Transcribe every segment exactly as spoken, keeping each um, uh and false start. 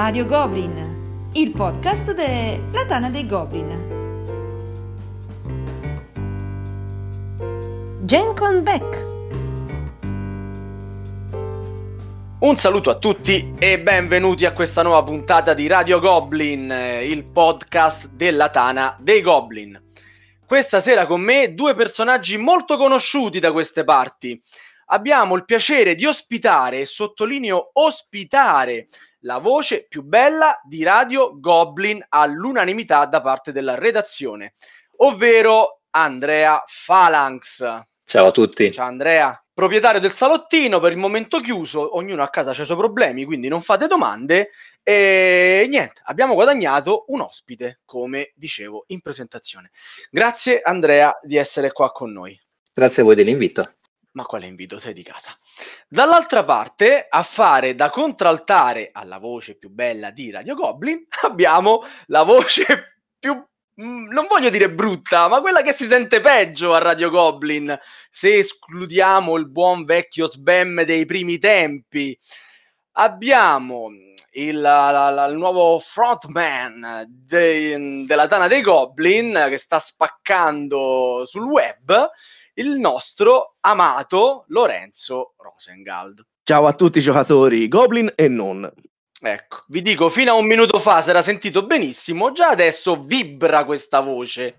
Radio Goblin, il podcast della Tana dei Goblin. Gencon Beck. Un saluto a tutti e benvenuti a questa nuova puntata di Radio Goblin, il podcast della Tana dei Goblin. Questa sera con me due personaggi molto conosciuti da queste parti. Abbiamo il piacere di ospitare, e sottolineo ospitare, la voce più bella di Radio Goblin all'unanimità da parte della redazione, ovvero Andrea Phalanx. Ciao a tutti. Ciao Andrea. Proprietario del salottino, per il momento chiuso, ognuno a casa ha i suoi problemi, quindi non fate domande. E niente, abbiamo guadagnato un ospite, come dicevo in presentazione. Grazie Andrea di essere qua con noi. Grazie a voi dell'invito. Ma quale invito? Sei di casa. Dall'altra parte, a fare da contraltare alla voce più bella di Radio Goblin, abbiamo la voce più, mh, non voglio dire brutta, ma quella che si sente peggio a Radio Goblin, se escludiamo il buon vecchio Sbam dei primi tempi. Abbiamo il, la, la, il nuovo frontman de, della Tana dei Goblin, che sta spaccando sul web, il nostro amato Lorenzo Rosengald. Ciao a tutti i giocatori, Goblin e non. Ecco, vi dico, fino a un minuto fa si era sentito benissimo, già adesso vibra questa voce.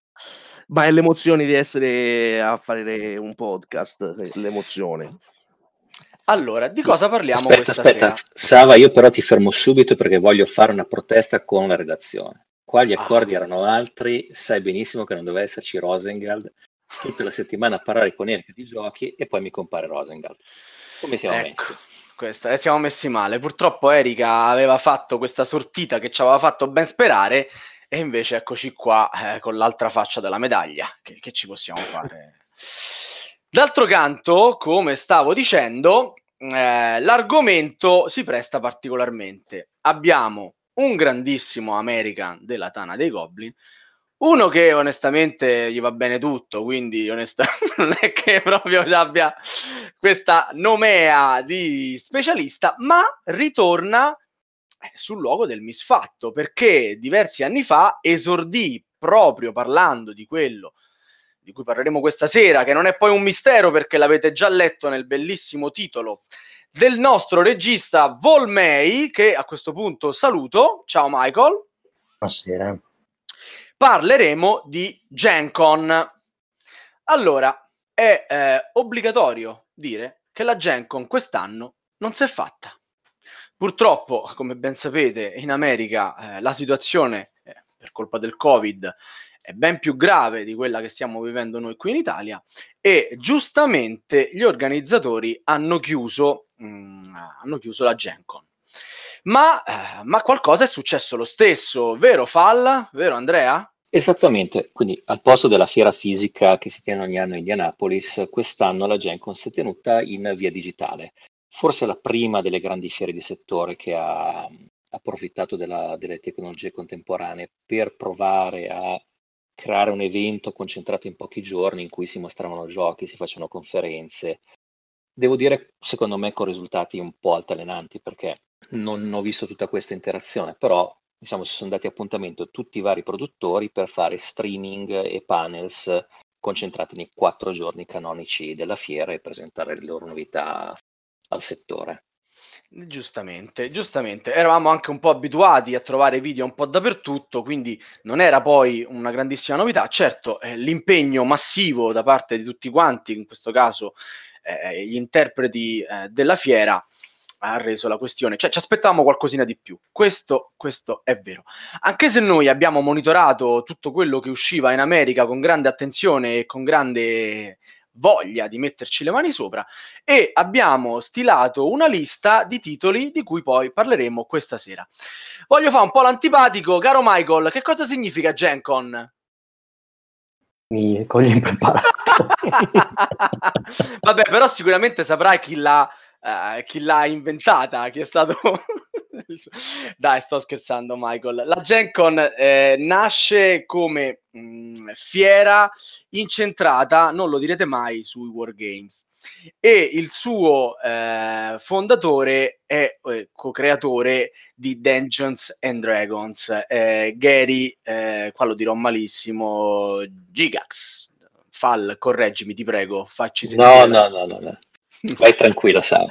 Ma è l'emozione di essere a fare un podcast, l'emozione. Allora, di cosa parliamo aspetta, questa aspetta. sera? Sava, io però ti fermo subito perché voglio fare una protesta con la redazione. Qua gli accordi Ah. erano altri, sai benissimo che non doveva esserci Rosengald tutta la settimana a parlare con Erika di giochi e poi mi compare Rosengald. Come siamo Ecco, messi? questa, eh, siamo messi male. Purtroppo Erika aveva fatto questa sortita che ci aveva fatto ben sperare e invece eccoci qua eh, con l'altra faccia della medaglia. Che, che ci possiamo fare? D'altro canto, come stavo dicendo, eh, l'argomento si presta particolarmente. Abbiamo un grandissimo American della Tana dei Goblin, uno che onestamente gli va bene tutto, quindi onestamente non è che proprio abbia questa nomea di specialista, ma ritorna sul luogo del misfatto, perché diversi anni fa esordì proprio parlando di quello di cui parleremo questa sera, che non è poi un mistero perché l'avete già letto nel bellissimo titolo del nostro regista Volmei, che a questo punto saluto. Ciao Michael. Buonasera. Parleremo di Gencon. Allora, è eh, obbligatorio dire che la Gencon quest'anno non si è fatta. Purtroppo, come ben sapete, in America eh, la situazione, eh, per colpa del Covid, è ben più grave di quella che stiamo vivendo noi qui in Italia e giustamente gli organizzatori hanno chiuso, mh, hanno chiuso la Gencon. Ma, eh, ma qualcosa è successo lo stesso, vero Falla? Vero Andrea? Esattamente, quindi al posto della fiera fisica che si tiene ogni anno a Indianapolis, quest'anno la Gencon si è tenuta in via digitale. Forse la prima delle grandi fiere di settore che ha approfittato della, delle tecnologie contemporanee per provare a creare un evento concentrato in pochi giorni in cui si mostravano giochi, si facevano conferenze. Devo dire, secondo me, con risultati un po' altalenanti, perché non ho visto tutta questa interazione, però diciamo si sono dati appuntamento tutti i vari produttori per fare streaming e panels concentrati nei quattro giorni canonici della fiera e presentare le loro novità al settore. Giustamente, giustamente. Eravamo anche un po' abituati a trovare video un po' dappertutto, quindi non era poi una grandissima novità. Certo, eh, l'impegno massivo da parte di tutti quanti, in questo caso eh, gli interpreti eh, della fiera, ha reso la questione, cioè ci aspettavamo qualcosina di più, questo, questo è vero, anche se noi abbiamo monitorato tutto quello che usciva in America con grande attenzione e con grande voglia di metterci le mani sopra e abbiamo stilato una lista di titoli di cui poi parleremo questa sera. Voglio fare un po' l'antipatico, caro Michael, che cosa significa Gencon? Mi cogli impreparato. Vabbè, però sicuramente saprai chi l'ha Uh, chi l'ha inventata, chi è stato dai, sto scherzando Michael. La Gencon eh, nasce come mh, fiera incentrata, non lo direte mai, sui wargames. E il suo eh, fondatore è eh, co-creatore di Dungeons and Dragons, eh, Gary, eh, qua lo dirò malissimo, Gigax. Fall, correggimi, ti prego, facci sentire. No, no, no, no, no. Vai tranquillo, Sam.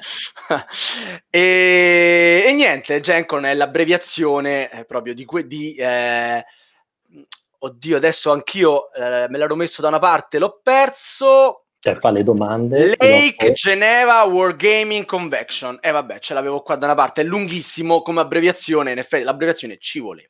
e, e niente, Gencon è l'abbreviazione eh, proprio di, que- di eh, oddio, adesso anch'io eh, me l'ero messo da una parte, l'ho perso. Cioè fa le domande. Lake dopo... Geneva Wargaming Convention. E eh, vabbè, ce l'avevo qua da una parte, è lunghissimo come abbreviazione, in effetti l'abbreviazione ci voleva.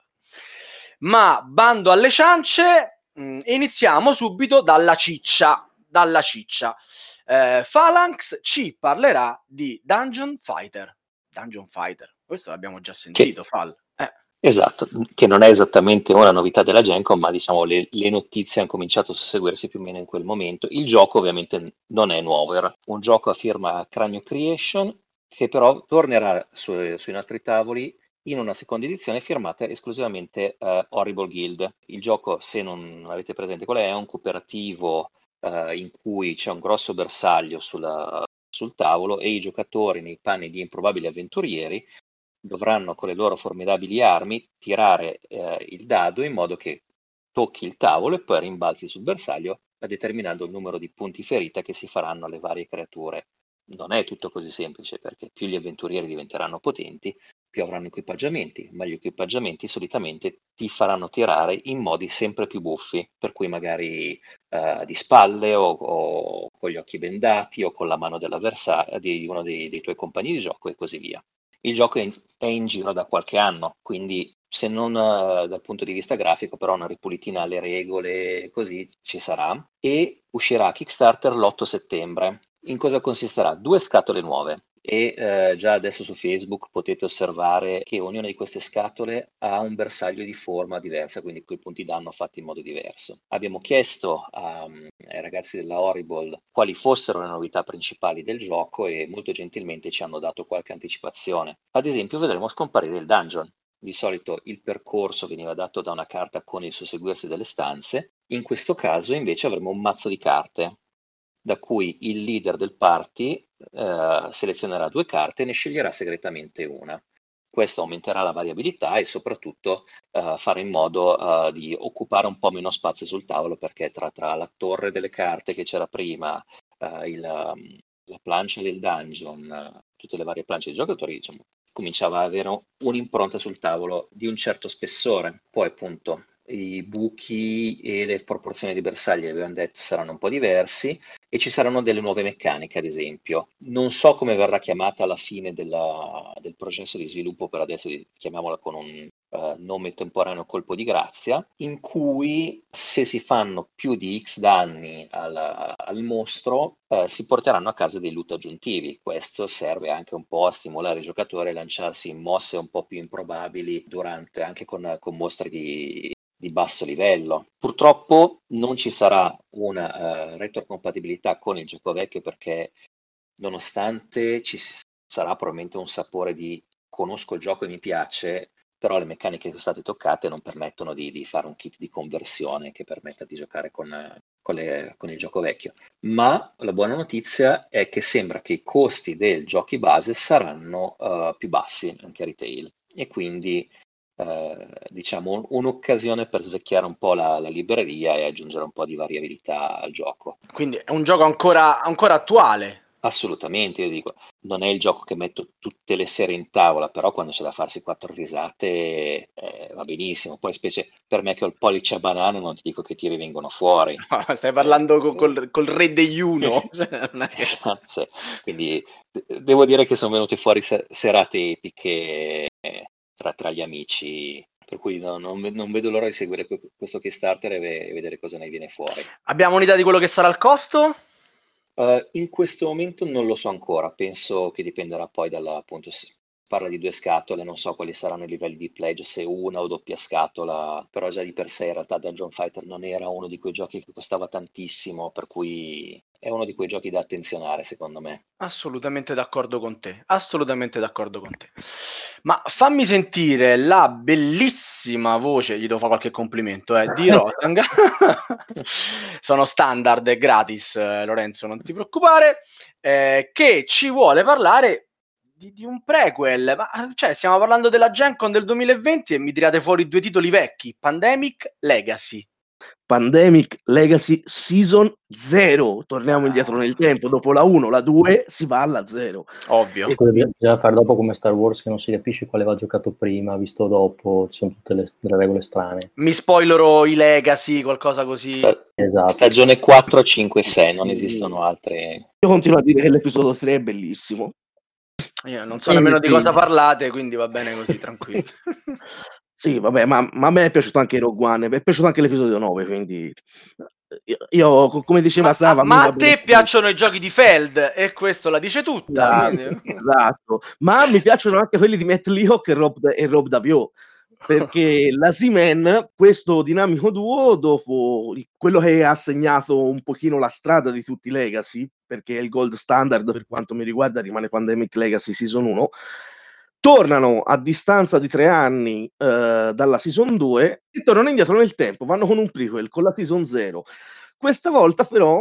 Ma bando alle ciance, mh, iniziamo subito dalla ciccia, dalla ciccia. Eh, Phalanx ci parlerà di Dungeon Fighter. Dungeon Fighter, questo l'abbiamo già sentito, Che... Fal. Eh. Esatto, che non è esattamente una novità della Gen Con, ma diciamo le, le notizie hanno cominciato a susseguirsi più o meno in quel momento. Il gioco ovviamente non è nuovo, era un gioco a firma Cranio Creation, che però tornerà su, sui nostri tavoli in una seconda edizione firmata esclusivamente uh, Horrible Guild. Il gioco, se non avete presente qual è, è un cooperativo uh, in cui c'è un grosso bersaglio sulla, sul tavolo e i giocatori nei panni di improbabili avventurieri dovranno con le loro formidabili armi tirare eh, il dado in modo che tocchi il tavolo e poi rimbalzi sul bersaglio, determinando il numero di punti ferita che si faranno alle varie creature. Non è tutto così semplice, perché più gli avventurieri diventeranno potenti, più avranno equipaggiamenti, ma gli equipaggiamenti solitamente ti faranno tirare in modi sempre più buffi, per cui magari eh, di spalle o, o con gli occhi bendati o con la mano dell'avversario, di uno dei, dei tuoi compagni di gioco e così via. Il gioco è in, è in giro da qualche anno, quindi se non uh, dal punto di vista grafico, però una ripulitina alle regole, così ci sarà. E uscirà a Kickstarter l'otto settembre. In cosa consisterà? Due scatole nuove. E eh, già adesso su Facebook potete osservare che ognuna di queste scatole ha un bersaglio di forma diversa, quindi quei punti danno fatti in modo diverso. Abbiamo chiesto a, ai ragazzi della Horrible quali fossero le novità principali del gioco e molto gentilmente ci hanno dato qualche anticipazione. Ad esempio vedremo scomparire il dungeon. Di solito il percorso veniva dato da una carta con il susseguirsi delle stanze, in questo caso invece avremo un mazzo di carte da cui il leader del party eh, selezionerà due carte e ne sceglierà segretamente una. Questo aumenterà la variabilità e soprattutto eh, farà in modo eh, di occupare un po' meno spazio sul tavolo, perché tra, tra la torre delle carte che c'era prima, eh, il, la plancia del dungeon, tutte le varie planche dei giocatori, diciamo, cominciava ad avere un'impronta sul tavolo di un certo spessore. Poi appunto i buchi e le proporzioni di bersagli, abbiamo detto, saranno un po' diversi e ci saranno delle nuove meccaniche, ad esempio. Non so come verrà chiamata alla fine della, del processo di sviluppo, per adesso chiamiamola con un uh, nome temporaneo colpo di grazia, in cui se si fanno più di X danni al, al mostro uh, si porteranno a casa dei loot aggiuntivi. Questo serve anche un po' a stimolare i giocatori a lanciarsi in mosse un po' più improbabili durante, anche con, con mostri di di basso livello. Purtroppo non ci sarà una uh, retrocompatibilità con il gioco vecchio, perché nonostante ci sarà probabilmente un sapore di conosco il gioco e mi piace, però le meccaniche che sono state toccate non permettono di, di fare un kit di conversione che permetta di giocare con, con, le, con il gioco vecchio. Ma la buona notizia è che sembra che i costi dei giochi base saranno uh, più bassi anche a retail, e quindi Uh, diciamo un'occasione per svecchiare un po' la, la libreria e aggiungere un po' di variabilità al gioco. Quindi è un gioco ancora, ancora attuale. Assolutamente, io dico, non è il gioco che metto tutte le sere in tavola, però quando c'è da farsi quattro risate eh, va benissimo. Poi specie per me che ho il pollice a banana, non ti dico che tiri vengono fuori. No, stai parlando eh, col, col, col re degli uno. Cioè, quindi devo dire che sono venute fuori serate epiche tra, tra gli amici, per cui no, non, non vedo l'ora di seguire questo Kickstarter e, ve- e vedere cosa ne viene fuori. Abbiamo un'idea di quello che sarà il costo? Uh, in questo momento non lo so ancora, penso che dipenderà poi dalla, appunto, parla di due scatole, non so quali saranno i livelli di pledge, se una o doppia scatola, però già di per sé in realtà Dungeon Fighter non era uno di quei giochi che costava tantissimo, per cui è uno di quei giochi da attenzionare secondo me. Assolutamente d'accordo con te, assolutamente d'accordo con te. Ma fammi sentire la bellissima voce, gli devo fare qualche complimento, eh, di Rotang. Sono standard e gratis, eh, Lorenzo, non ti preoccupare, eh, che ci vuole parlare di, di un prequel. Ma, cioè, stiamo parlando della Gen Con del duemilaventi e mi tirate fuori due titoli vecchi, Pandemic, Legacy. Pandemic Legacy Season zero, torniamo indietro nel tempo, dopo la uno, la due si va alla zero. Ovvio. E quello bisogna fare dopo come Star Wars, che non si capisce quale va giocato prima, visto dopo, ci sono tutte le, le regole strane. Mi spoilerò i Legacy, qualcosa così. Sta- Esatto. Stagione quattro, cinque, sei, non Sì. esistono altre. Io continuo a dire che l'episodio tre è bellissimo. Io non so Quindi, nemmeno di sì. cosa parlate, quindi va bene così, tranquillo. Sì, vabbè, ma, ma a me è piaciuto anche Rogue One, mi è piaciuto anche l'episodio nove, quindi io, io, co- come diceva Ma, Sava... ma mi va a bene te così. piacciono i giochi di Feld e questo la dice tutta. Esatto, quindi- esatto. Ma mi piacciono anche quelli di Matt Leacock e Rob, e Rob Davio, perché la Z-Man, questo dinamico duo, dopo il- quello che ha segnato un pochino la strada di tutti i Legacy, perché è il gold standard per quanto mi riguarda, rimane Pandemic Legacy Season uno, tornano a distanza di tre anni eh, dalla Season due e tornano indietro nel tempo, vanno con un prequel, con la Season zero. Questa volta però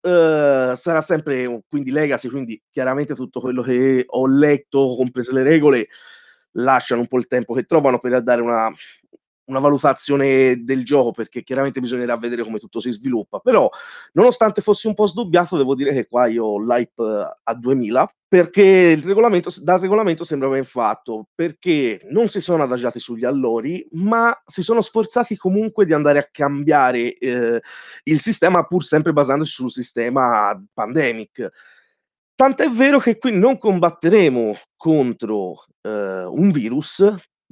eh, sarà sempre un- quindi Legacy, quindi chiaramente tutto quello che ho letto, comprese le regole, lasciano un po' il tempo che trovano per dare una, una valutazione del gioco, perché chiaramente bisognerà vedere come tutto si sviluppa. Però, nonostante fossi un po' sdubbiato, devo dire che qua io ho l'hype eh, a duemila, perché il regolamento, dal regolamento sembra ben fatto, perché non si sono adagiati sugli allori, ma si sono sforzati comunque di andare a cambiare eh, il sistema, pur sempre basandosi sul sistema Pandemic. Tant'è vero che qui non combatteremo contro eh, un virus,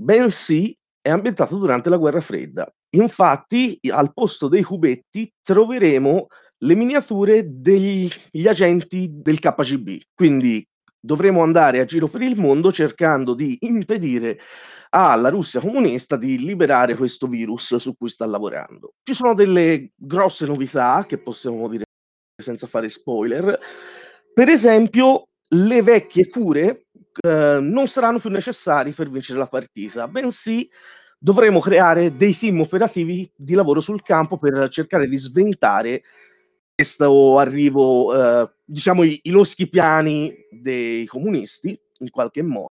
bensì è ambientato durante la guerra fredda. Infatti, al posto dei cubetti troveremo le miniature degli gli agenti del K G B. Quindi dovremo andare a giro per il mondo cercando di impedire alla Russia comunista di liberare questo virus su cui sta lavorando. Ci sono delle grosse novità che possiamo dire senza fare spoiler. Per esempio, le vecchie cure eh, non saranno più necessari per vincere la partita, bensì dovremo creare dei team operativi di lavoro sul campo per cercare di sventare questo arrivo, eh, diciamo, i, i loschi piani dei comunisti, in qualche modo.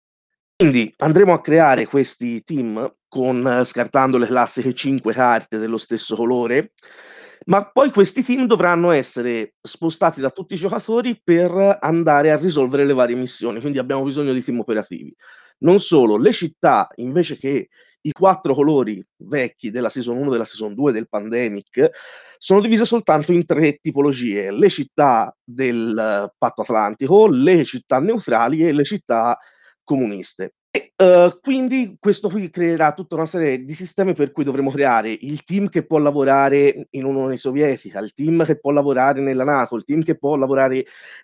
Quindi andremo a creare questi team con, eh, scartando le classiche cinque carte dello stesso colore, ma poi questi team dovranno essere spostati da tutti i giocatori per andare a risolvere le varie missioni, quindi abbiamo bisogno di team operativi. Non solo, le città, invece che i quattro colori vecchi della Season uno, della Season due, del Pandemic, sono divise soltanto in tre tipologie: le città del eh, Patto Atlantico, le città neutrali e le città comuniste. E, uh, quindi questo qui creerà tutta una serie di sistemi per cui dovremo creare il team che può lavorare in Unione Sovietica, il team che può lavorare nella NATO, il team che può lavorare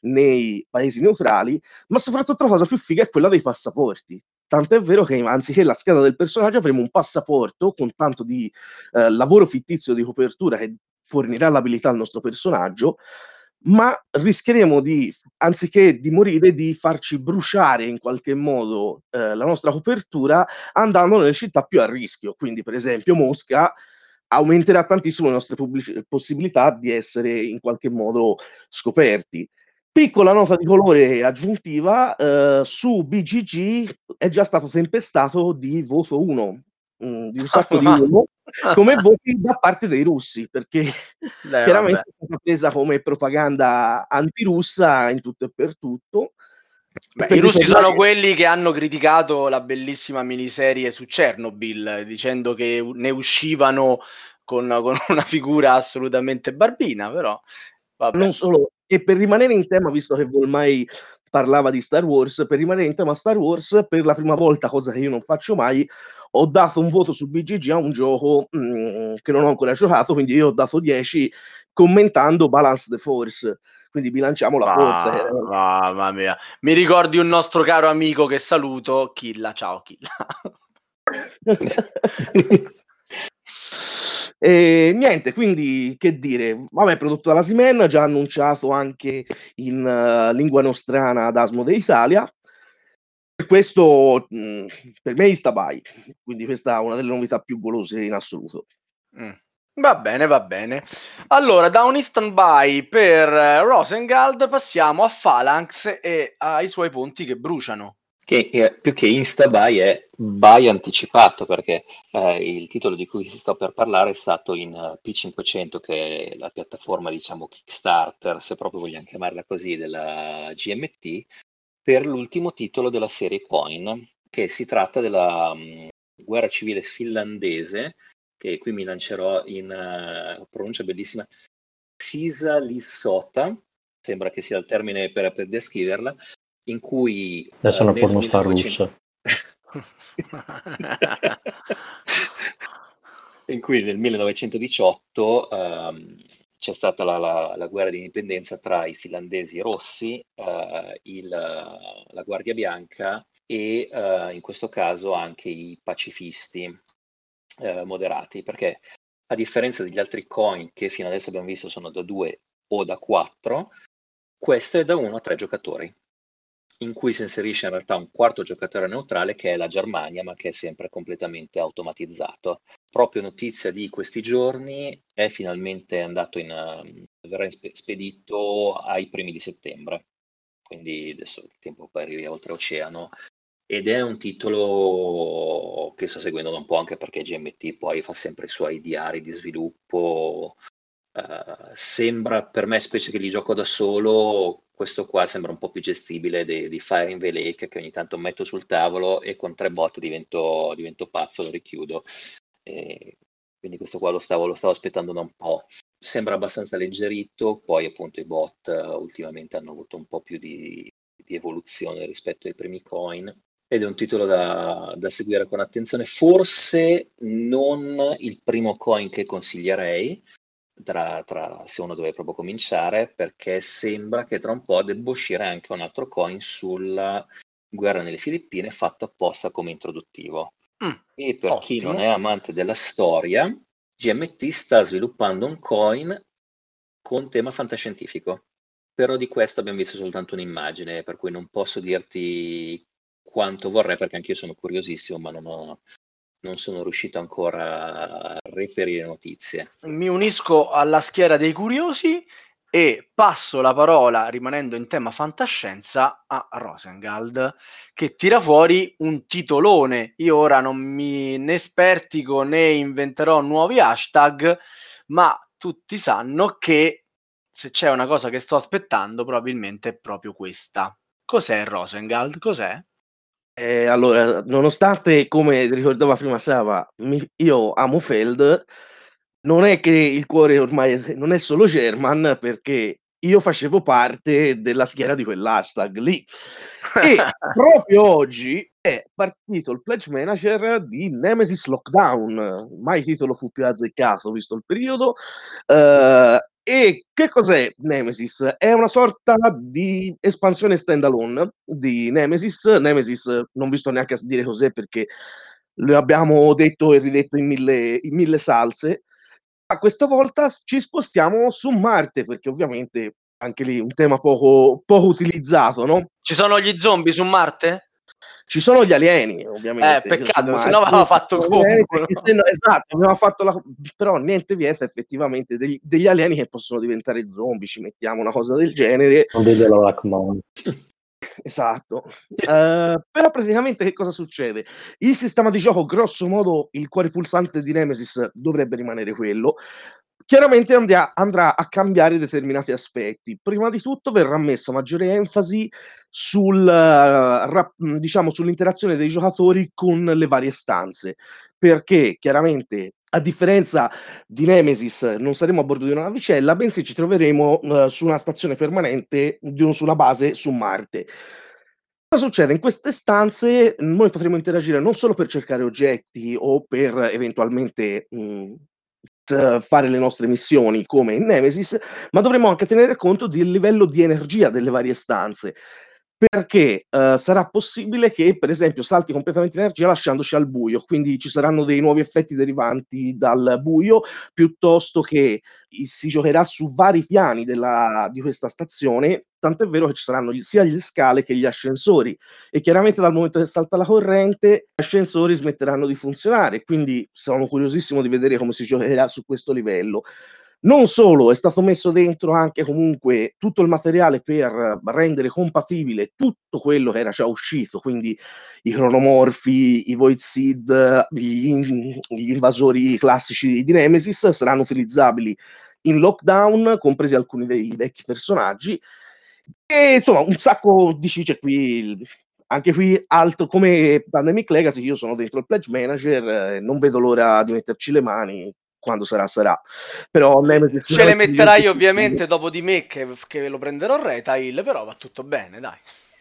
nei paesi neutrali, ma soprattutto la cosa più figa è quella dei passaporti. Tant'è vero che anziché la scheda del personaggio avremo un passaporto con tanto di eh, lavoro fittizio di copertura che fornirà l'abilità al nostro personaggio, ma rischieremo di, anziché di morire, di farci bruciare in qualche modo eh, la nostra copertura andando nelle città più a rischio. Quindi, per esempio, Mosca aumenterà tantissimo le nostre pubblici- possibilità di essere in qualche modo scoperti. Piccola nota di colore aggiuntiva, eh, su B G G è già stato tempestato di voto uno, mm, di un sacco di uno, come voti da parte dei russi, perché Dai, chiaramente vabbè. è stata presa come propaganda antirussa in tutto e per tutto. Beh, Per i russi ritornare- sono quelli che hanno criticato la bellissima miniserie su Chernobyl, dicendo che u- ne uscivano con, con una figura assolutamente barbina, però vabbè. Non solo, e per rimanere in tema, visto che Volmai parlava di Star Wars, per rimanere in tema Star Wars, per la prima volta, cosa che io non faccio mai, ho dato un voto su B G G a un gioco mh, che non ho ancora giocato, quindi io ho dato dieci commentando Balance the Force. quindi bilanciamo la forza. Ah, mamma mia, mi ricordi un nostro caro amico che saluto, Killa, ciao Killa. E niente, quindi che dire, vabbè, prodotto dalla Simen, già annunciato anche in uh, lingua nostrana ad Asmodee Italia. Per questo mh, per me sta by, quindi questa è una delle novità più golose in assoluto. Mm. Va bene, va bene. Allora, da un instant buy per uh, Rosengald passiamo a Phalanx e ai suoi ponti che bruciano. Che eh, più che insta buy è buy anticipato, perché eh, il titolo di cui si sta per parlare è stato in uh, P cinquecento, che è la piattaforma, diciamo, Kickstarter, se proprio vogliamo chiamarla così, della G M T, per l'ultimo titolo della serie Coin, che si tratta della um, guerra civile finlandese, che qui mi lancerò in uh, pronuncia bellissima, Sisalisotta, sembra che sia il termine per, per descriverla, in cui adesso è uh, una pornostar russa. In cui nel millenovecentodiciotto um, c'è stata la, la, la guerra di indipendenza tra i finlandesi rossi, uh, il, la Guardia Bianca e uh, in questo caso anche i pacifisti uh, moderati, perché a differenza degli altri coin che fino adesso abbiamo visto sono da due o da quattro, questo è da uno a tre giocatori, in cui si inserisce in realtà un quarto giocatore neutrale che è la Germania, ma che è sempre completamente automatizzato. Proprio notizia di questi giorni, è finalmente andato in uh, verrà spedito ai primi di settembre, quindi adesso il tempo poi arrivi oltreoceano, ed è un titolo che sto seguendo da un po', anche perché G M T poi fa sempre i suoi diari di sviluppo. Uh, sembra per me, specie che li gioco da solo, questo qua sembra un po' più gestibile di, di Fire in the Lake, che ogni tanto metto sul tavolo e con tre bot divento, divento pazzo, lo richiudo. E quindi questo qua lo stavo, lo stavo aspettando da un po'. Sembra abbastanza alleggerito, poi appunto i bot uh, ultimamente hanno avuto un po' più di, di evoluzione rispetto ai primi coin, ed è un titolo da, da seguire con attenzione. Forse non il primo coin che consiglierei, Tra, tra, se uno deve proprio cominciare, perché sembra che tra un po' debba uscire anche un altro coin sulla guerra nelle Filippine, fatto apposta come introduttivo. Mm, e per ottimo. chi non è amante della storia, G M T sta sviluppando un coin con tema fantascientifico, però di questo abbiamo visto soltanto un'immagine, per cui non posso dirti quanto vorrei, perché anch'io sono curiosissimo, ma non ho non sono riuscito ancora a reperire notizie. Mi unisco alla schiera dei curiosi e passo la parola, rimanendo in tema fantascienza, a Rosengald, che tira fuori un titolone. Io ora non mi ne spertico né inventerò nuovi hashtag, ma tutti sanno che se c'è una cosa che sto aspettando probabilmente è proprio questa. Cos'è Rosengald? Cos'è? Eh, allora, nonostante, come ricordava prima Sava, mi, io amo Feld, non è che il cuore ormai non è solo German, perché io facevo parte della schiera di quell'hashtag lì. E proprio oggi è partito il pledge manager di Nemesis Lockdown, mai titolo fu più azzeccato visto il periodo. Uh, e che cos'è Nemesis? È una sorta di espansione standalone di Nemesis. Nemesis non vi sto neanche a dire cos'è, perché lo abbiamo detto e ridetto in mille, in mille salse. Ma questa volta ci spostiamo su Marte, perché ovviamente anche lì un tema poco, poco utilizzato, no? Ci sono gli zombie su Marte? Ci sono gli alieni, ovviamente. Eh, peccato, se no aveva fatto come. No, esatto, aveva fatto la... però niente vieta effettivamente degli, degli alieni che possono diventare zombie, ci mettiamo una cosa del genere. Non vedo la Blackmon. Esatto. Uh, però praticamente che cosa succede? Il sistema di gioco, grosso modo, il cuore pulsante di Nemesis dovrebbe rimanere quello. Chiaramente andrà, andrà a cambiare determinati aspetti. Prima di tutto verrà messa maggiore enfasi sul, uh, rap, diciamo, sull'interazione dei giocatori con le varie stanze, perché chiaramente, a differenza di Nemesis, non saremo a bordo di una navicella, bensì ci troveremo uh, su una stazione permanente, di un, su una base su Marte. Cosa succede? In queste stanze noi potremo interagire non solo per cercare oggetti o per eventualmente mh, fare le nostre missioni come in Nemesis, ma dovremo anche tenere conto del livello di energia delle varie stanze, perché uh, sarà possibile che per esempio salti completamente l'energia lasciandoci al buio, quindi ci saranno dei nuovi effetti derivanti dal buio, piuttosto che si giocherà su vari piani della, di questa stazione, tant'è vero che ci saranno gli, sia gli scale che gli ascensori, e chiaramente dal momento che salta la corrente gli ascensori smetteranno di funzionare, quindi sono curiosissimo di vedere come si giocherà su questo livello. Non solo, è stato messo dentro anche comunque tutto il materiale per rendere compatibile tutto quello che era già uscito, quindi i cronomorfi, i Void Seed, gli, gli invasori classici di Nemesis saranno utilizzabili in Lockdown, compresi alcuni dei vecchi personaggi, e insomma un sacco di cicce qui. Anche qui, altro come Pandemic Legacy, io sono dentro il Pledge Manager, eh, non vedo l'ora di metterci le mani. Quando sarà, sarà. Però Nemesis ce le metterai ovviamente dopo di me che, che lo prenderò retail, però va tutto bene, dai.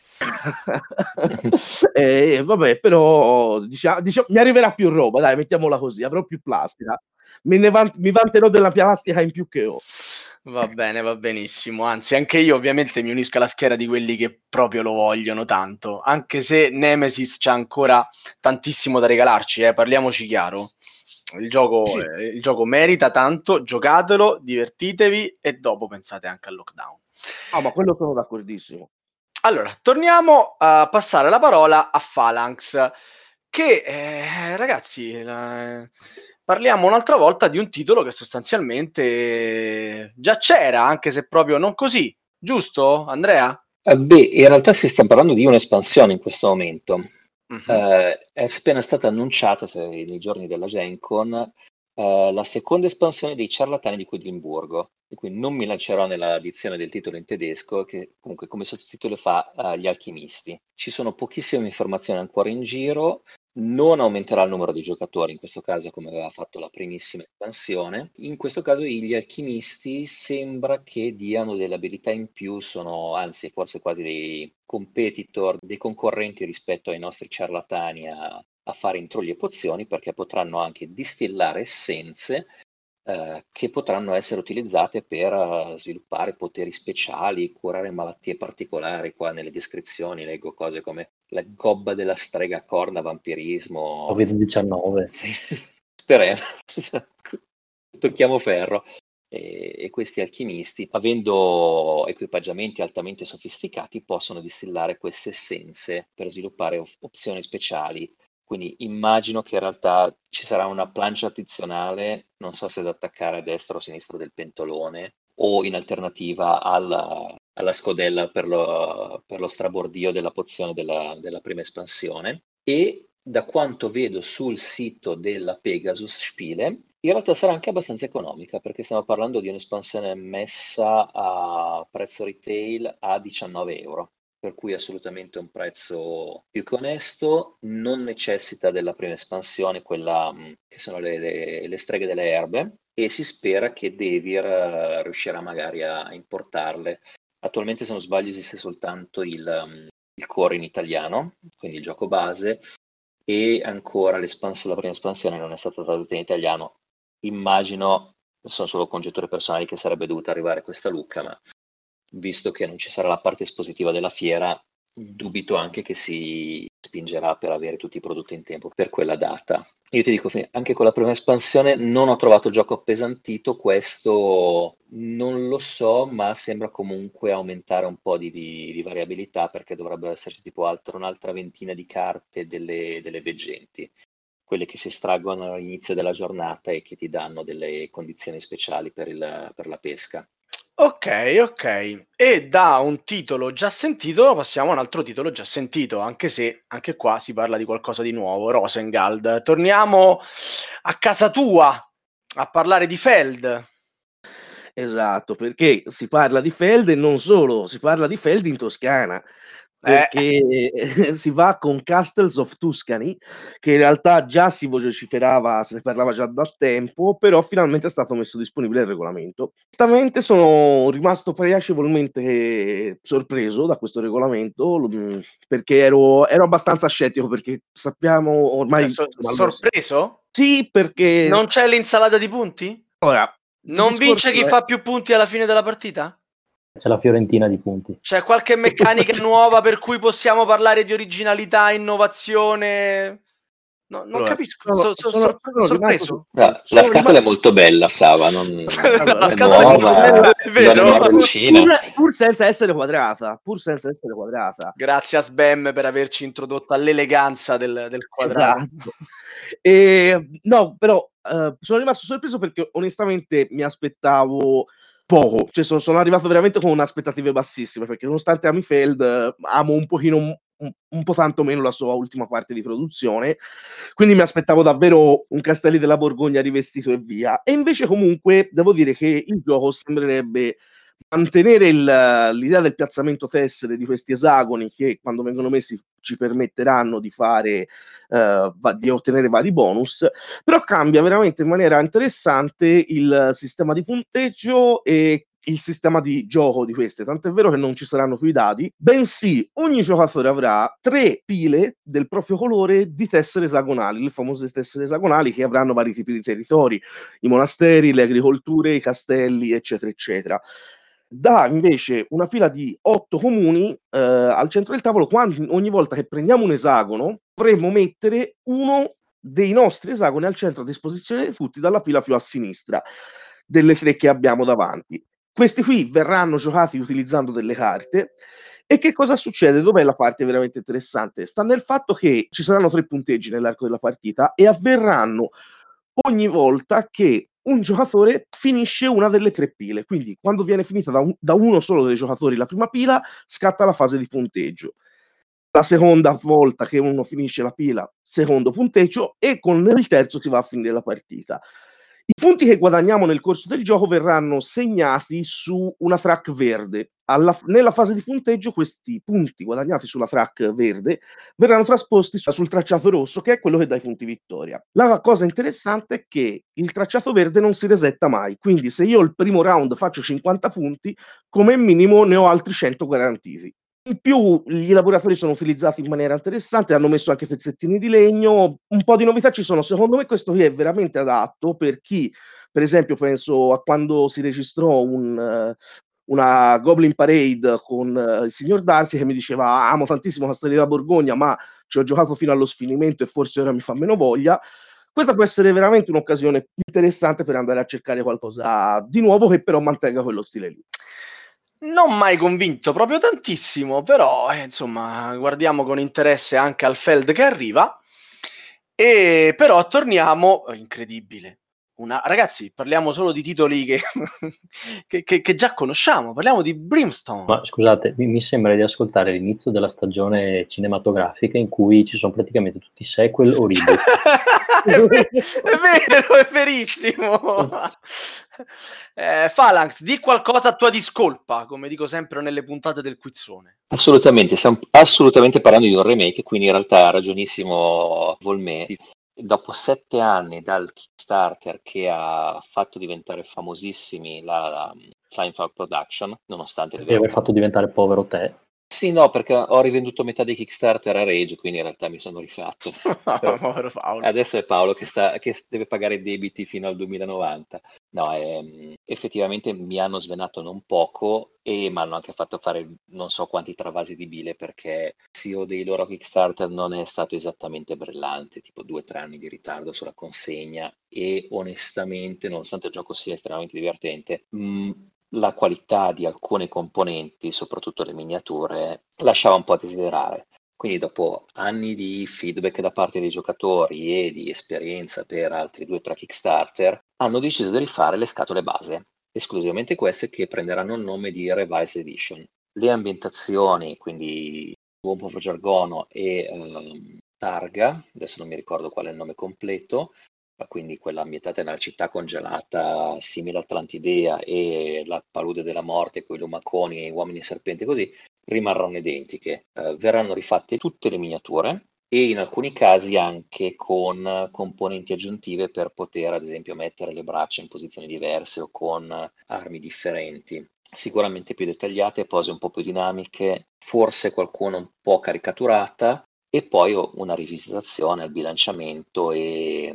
eh, vabbè, però diciamo, diciamo, mi arriverà più roba, dai, mettiamola così, avrò più plastica. Mi, ne vant- mi vanterò della plastica in più che ho. Va bene, va benissimo. Anzi, anche io ovviamente mi unisco alla schiera di quelli che proprio lo vogliono tanto, anche se Nemesis c'ha ancora tantissimo da regalarci, eh, parliamoci chiaro. Il gioco, Sì. eh, il gioco merita tanto, giocatelo, divertitevi e dopo pensate anche al Lockdown. Ah, ma quello sono d'accordissimo. Allora, torniamo a passare la parola a Phalanx, che eh, ragazzi, la... parliamo un'altra volta di un titolo che sostanzialmente già c'era, anche se proprio non così, giusto Andrea? Eh beh, in realtà si sta parlando di un'espansione in questo momento. Mm-hmm. Eh, è appena stata annunciata se, nei giorni della Gen Con eh, la seconda espansione dei Ciarlatani di Quedlinburgo, di cui non mi lancerò nella dizione del titolo in tedesco, che comunque come sottotitolo fa uh, Gli Alchimisti. Ci sono pochissime informazioni ancora in giro, non aumenterà il numero di giocatori, in questo caso come aveva fatto la primissima espansione. In questo caso gli alchimisti sembra che diano delle abilità in più, sono anzi forse quasi dei competitor, dei concorrenti rispetto ai nostri ciarlatani a, a fare intrugli e pozioni, perché potranno anche distillare essenze eh, che potranno essere utilizzate per uh, sviluppare poteri speciali, curare malattie particolari. Qua nelle descrizioni leggo cose come la gobba della strega, corna, vampirismo. covid diciannove. Speriamo. Tocchiamo ferro. E, e questi alchimisti, avendo equipaggiamenti altamente sofisticati, possono distillare queste essenze per sviluppare op- opzioni speciali. Quindi immagino che in realtà ci sarà una plancia addizionale, non so se da attaccare a destra o a sinistra del pentolone, o in alternativa alla, alla scodella per lo, per lo strabordio della pozione della, della prima espansione. E da quanto vedo sul sito della Pegasus Spiele, in realtà sarà anche abbastanza economica, perché stiamo parlando di un'espansione messa a prezzo retail a diciannove euro. Per cui assolutamente un prezzo più che onesto, non necessita della prima espansione, quella mh, che sono le, le, le streghe delle erbe, e si spera che Devir uh, riuscirà magari a importarle. Attualmente, se non sbaglio, esiste soltanto il, um, il core in italiano, quindi il gioco base, e ancora l'espansione, la prima espansione non è stata tradotta in italiano. Immagino, sono solo congetture personali, che sarebbe dovuta arrivare questa lucca, ma visto che non ci sarà la parte espositiva della fiera, dubito anche che si spingerà per avere tutti i prodotti in tempo per quella data. Io ti dico, anche con la prima espansione non ho trovato gioco appesantito, questo non lo so, ma sembra comunque aumentare un po' di, di, di variabilità, perché dovrebbe esserci tipo altro, un'altra ventina di carte delle, delle veggenti, quelle che si estraggono all'inizio della giornata e che ti danno delle condizioni speciali per, il, per la pesca. Ok, ok. E da un titolo già sentito passiamo a un altro titolo già sentito, anche se anche qua si parla di qualcosa di nuovo, Rosengald. Torniamo a casa tua a parlare di Feld. Esatto, perché si parla di Feld e non solo, si parla di Feld in Toscana, perché eh. si va con Castles of Tuscany, che in realtà già si vociferava, se ne parlava già da tempo, però finalmente è stato messo disponibile il regolamento. Onestamente sono rimasto piacevolmente sorpreso da questo regolamento, perché ero, ero abbastanza scettico, perché sappiamo ormai... So- sorpreso? Sì, perché... Non c'è l'insalata di punti? Ora, non vince chi è... fa più punti alla fine della partita? C'è la Fiorentina di punti. C'è qualche meccanica nuova per cui possiamo parlare di originalità, innovazione? No, non allora, capisco, sono, so, so, sono, sor- sono sorpreso? No, la sono scatola rimasto... è molto bella, Sava, non, allora, la è scatola è molto nuova, bella, è non è vero? marroncina. Pur, pur senza essere quadrata, pur senza essere quadrata. Grazie a Sbam per averci introdotto all'eleganza del, del quadrato. Esatto. E, no, però uh, sono rimasto sorpreso perché onestamente mi aspettavo poco, cioè sono, sono arrivato veramente con aspettative bassissime, perché nonostante ami Feld, amo un pochino un, un po' tanto meno la sua ultima parte di produzione, quindi mi aspettavo davvero un Castelli della Borgogna rivestito e via, e invece comunque devo dire che il gioco sembrerebbe mantenere il, l'idea del piazzamento tessere di questi esagoni che quando vengono messi ci permetteranno di fare uh, di ottenere vari bonus, però cambia veramente in maniera interessante il sistema di punteggio e il sistema di gioco di queste, tant'è vero che non ci saranno più i dadi, bensì ogni giocatore avrà tre pile del proprio colore di tessere esagonali, le famose tessere esagonali che avranno vari tipi di territori, i monasteri, le agricolture, i castelli, eccetera, eccetera. Dà invece una fila di otto comuni eh, al centro del tavolo, quando ogni volta che prendiamo un esagono dovremmo mettere uno dei nostri esagoni al centro a disposizione di tutti dalla pila più a sinistra delle tre che abbiamo davanti. Questi qui verranno giocati utilizzando delle carte. E che cosa succede? Dov'è la parte veramente interessante? Sta nel fatto che ci saranno tre punteggi nell'arco della partita e avverranno ogni volta che un giocatore finisce una delle tre pile. Quindi quando viene finita da, un, da uno solo dei giocatori la prima pila, scatta la fase di punteggio. La seconda volta che uno finisce la pila, secondo punteggio, e con il terzo si va a finire la partita. I punti che guadagniamo nel corso del gioco verranno segnati su una track verde. Alla, nella fase di punteggio questi punti guadagnati sulla track verde verranno trasposti sul tracciato rosso, che è quello che dà i punti vittoria. La cosa interessante è che il tracciato verde non si resetta mai, quindi se io il primo round faccio cinquanta punti, come minimo ne ho altri cento garantiti. In più gli elaboratori sono utilizzati in maniera interessante, hanno messo anche pezzettini di legno, un po' di novità ci sono. Secondo me questo qui è veramente adatto per chi, per esempio, penso a quando si registrò un, uh, una Goblin Parade con uh, il signor Darcy che mi diceva amo tantissimo Castelli della Borgogna, ma ci ho giocato fino allo sfinimento e forse ora mi fa meno voglia. Questa può essere veramente un'occasione interessante per andare a cercare qualcosa di nuovo che però mantenga quello stile lì. Non mai convinto proprio tantissimo, però eh, insomma guardiamo con interesse anche al Feld che arriva. E però torniamo, oh, incredibile. Una, ragazzi, parliamo solo di titoli che, che, che, che già conosciamo, parliamo di Brimstone. Ma scusate, mi, mi sembra di ascoltare l'inizio della stagione cinematografica in cui ci sono praticamente tutti i sequel o reboot. è, ver- è vero, è verissimo. eh, Phalanx, di qualcosa a tua discolpa, come dico sempre nelle puntate del quizzone. Assolutamente, stiamo assolutamente parlando di un remake, quindi in realtà ha ragionissimo Volmè. Dopo sette anni dal Kickstarter che ha fatto diventare famosissimi la, la Flying Frog Production, nonostante... E aver fatto diventare povero te. Sì, no, perché ho rivenduto metà dei Kickstarter a Rage, quindi in realtà mi sono rifatto. Però Povero Paolo. adesso è Paolo che, sta, che deve pagare i debiti fino al duemilanovanta. No, ehm, effettivamente mi hanno svenato non poco e mi hanno anche fatto fare non so quanti travasi di bile, perché il C E O dei loro Kickstarter non è stato esattamente brillante, tipo due o tre anni di ritardo sulla consegna, e onestamente, nonostante il gioco sia estremamente divertente, mh, la qualità di alcune componenti, soprattutto le miniature, lasciava un po' a desiderare. Quindi dopo anni di feedback da parte dei giocatori e di esperienza per altri due o tre Kickstarter, hanno deciso di rifare le scatole base, esclusivamente queste, che prenderanno il nome di Revised Edition. Le ambientazioni, quindi Uomo Gergono e um, Targa, adesso non mi ricordo qual è il nome completo, quindi quella ambientata nella città congelata simile a Atlantidea e la palude della morte con i lumaconi e uomini e serpenti, così rimarranno identiche. Eh, verranno rifatte tutte le miniature e in alcuni casi anche con componenti aggiuntive per poter ad esempio mettere le braccia in posizioni diverse o con armi differenti, sicuramente più dettagliate, pose un po' più dinamiche, forse qualcuna un po' caricaturata, e poi una rivisitazione al bilanciamento e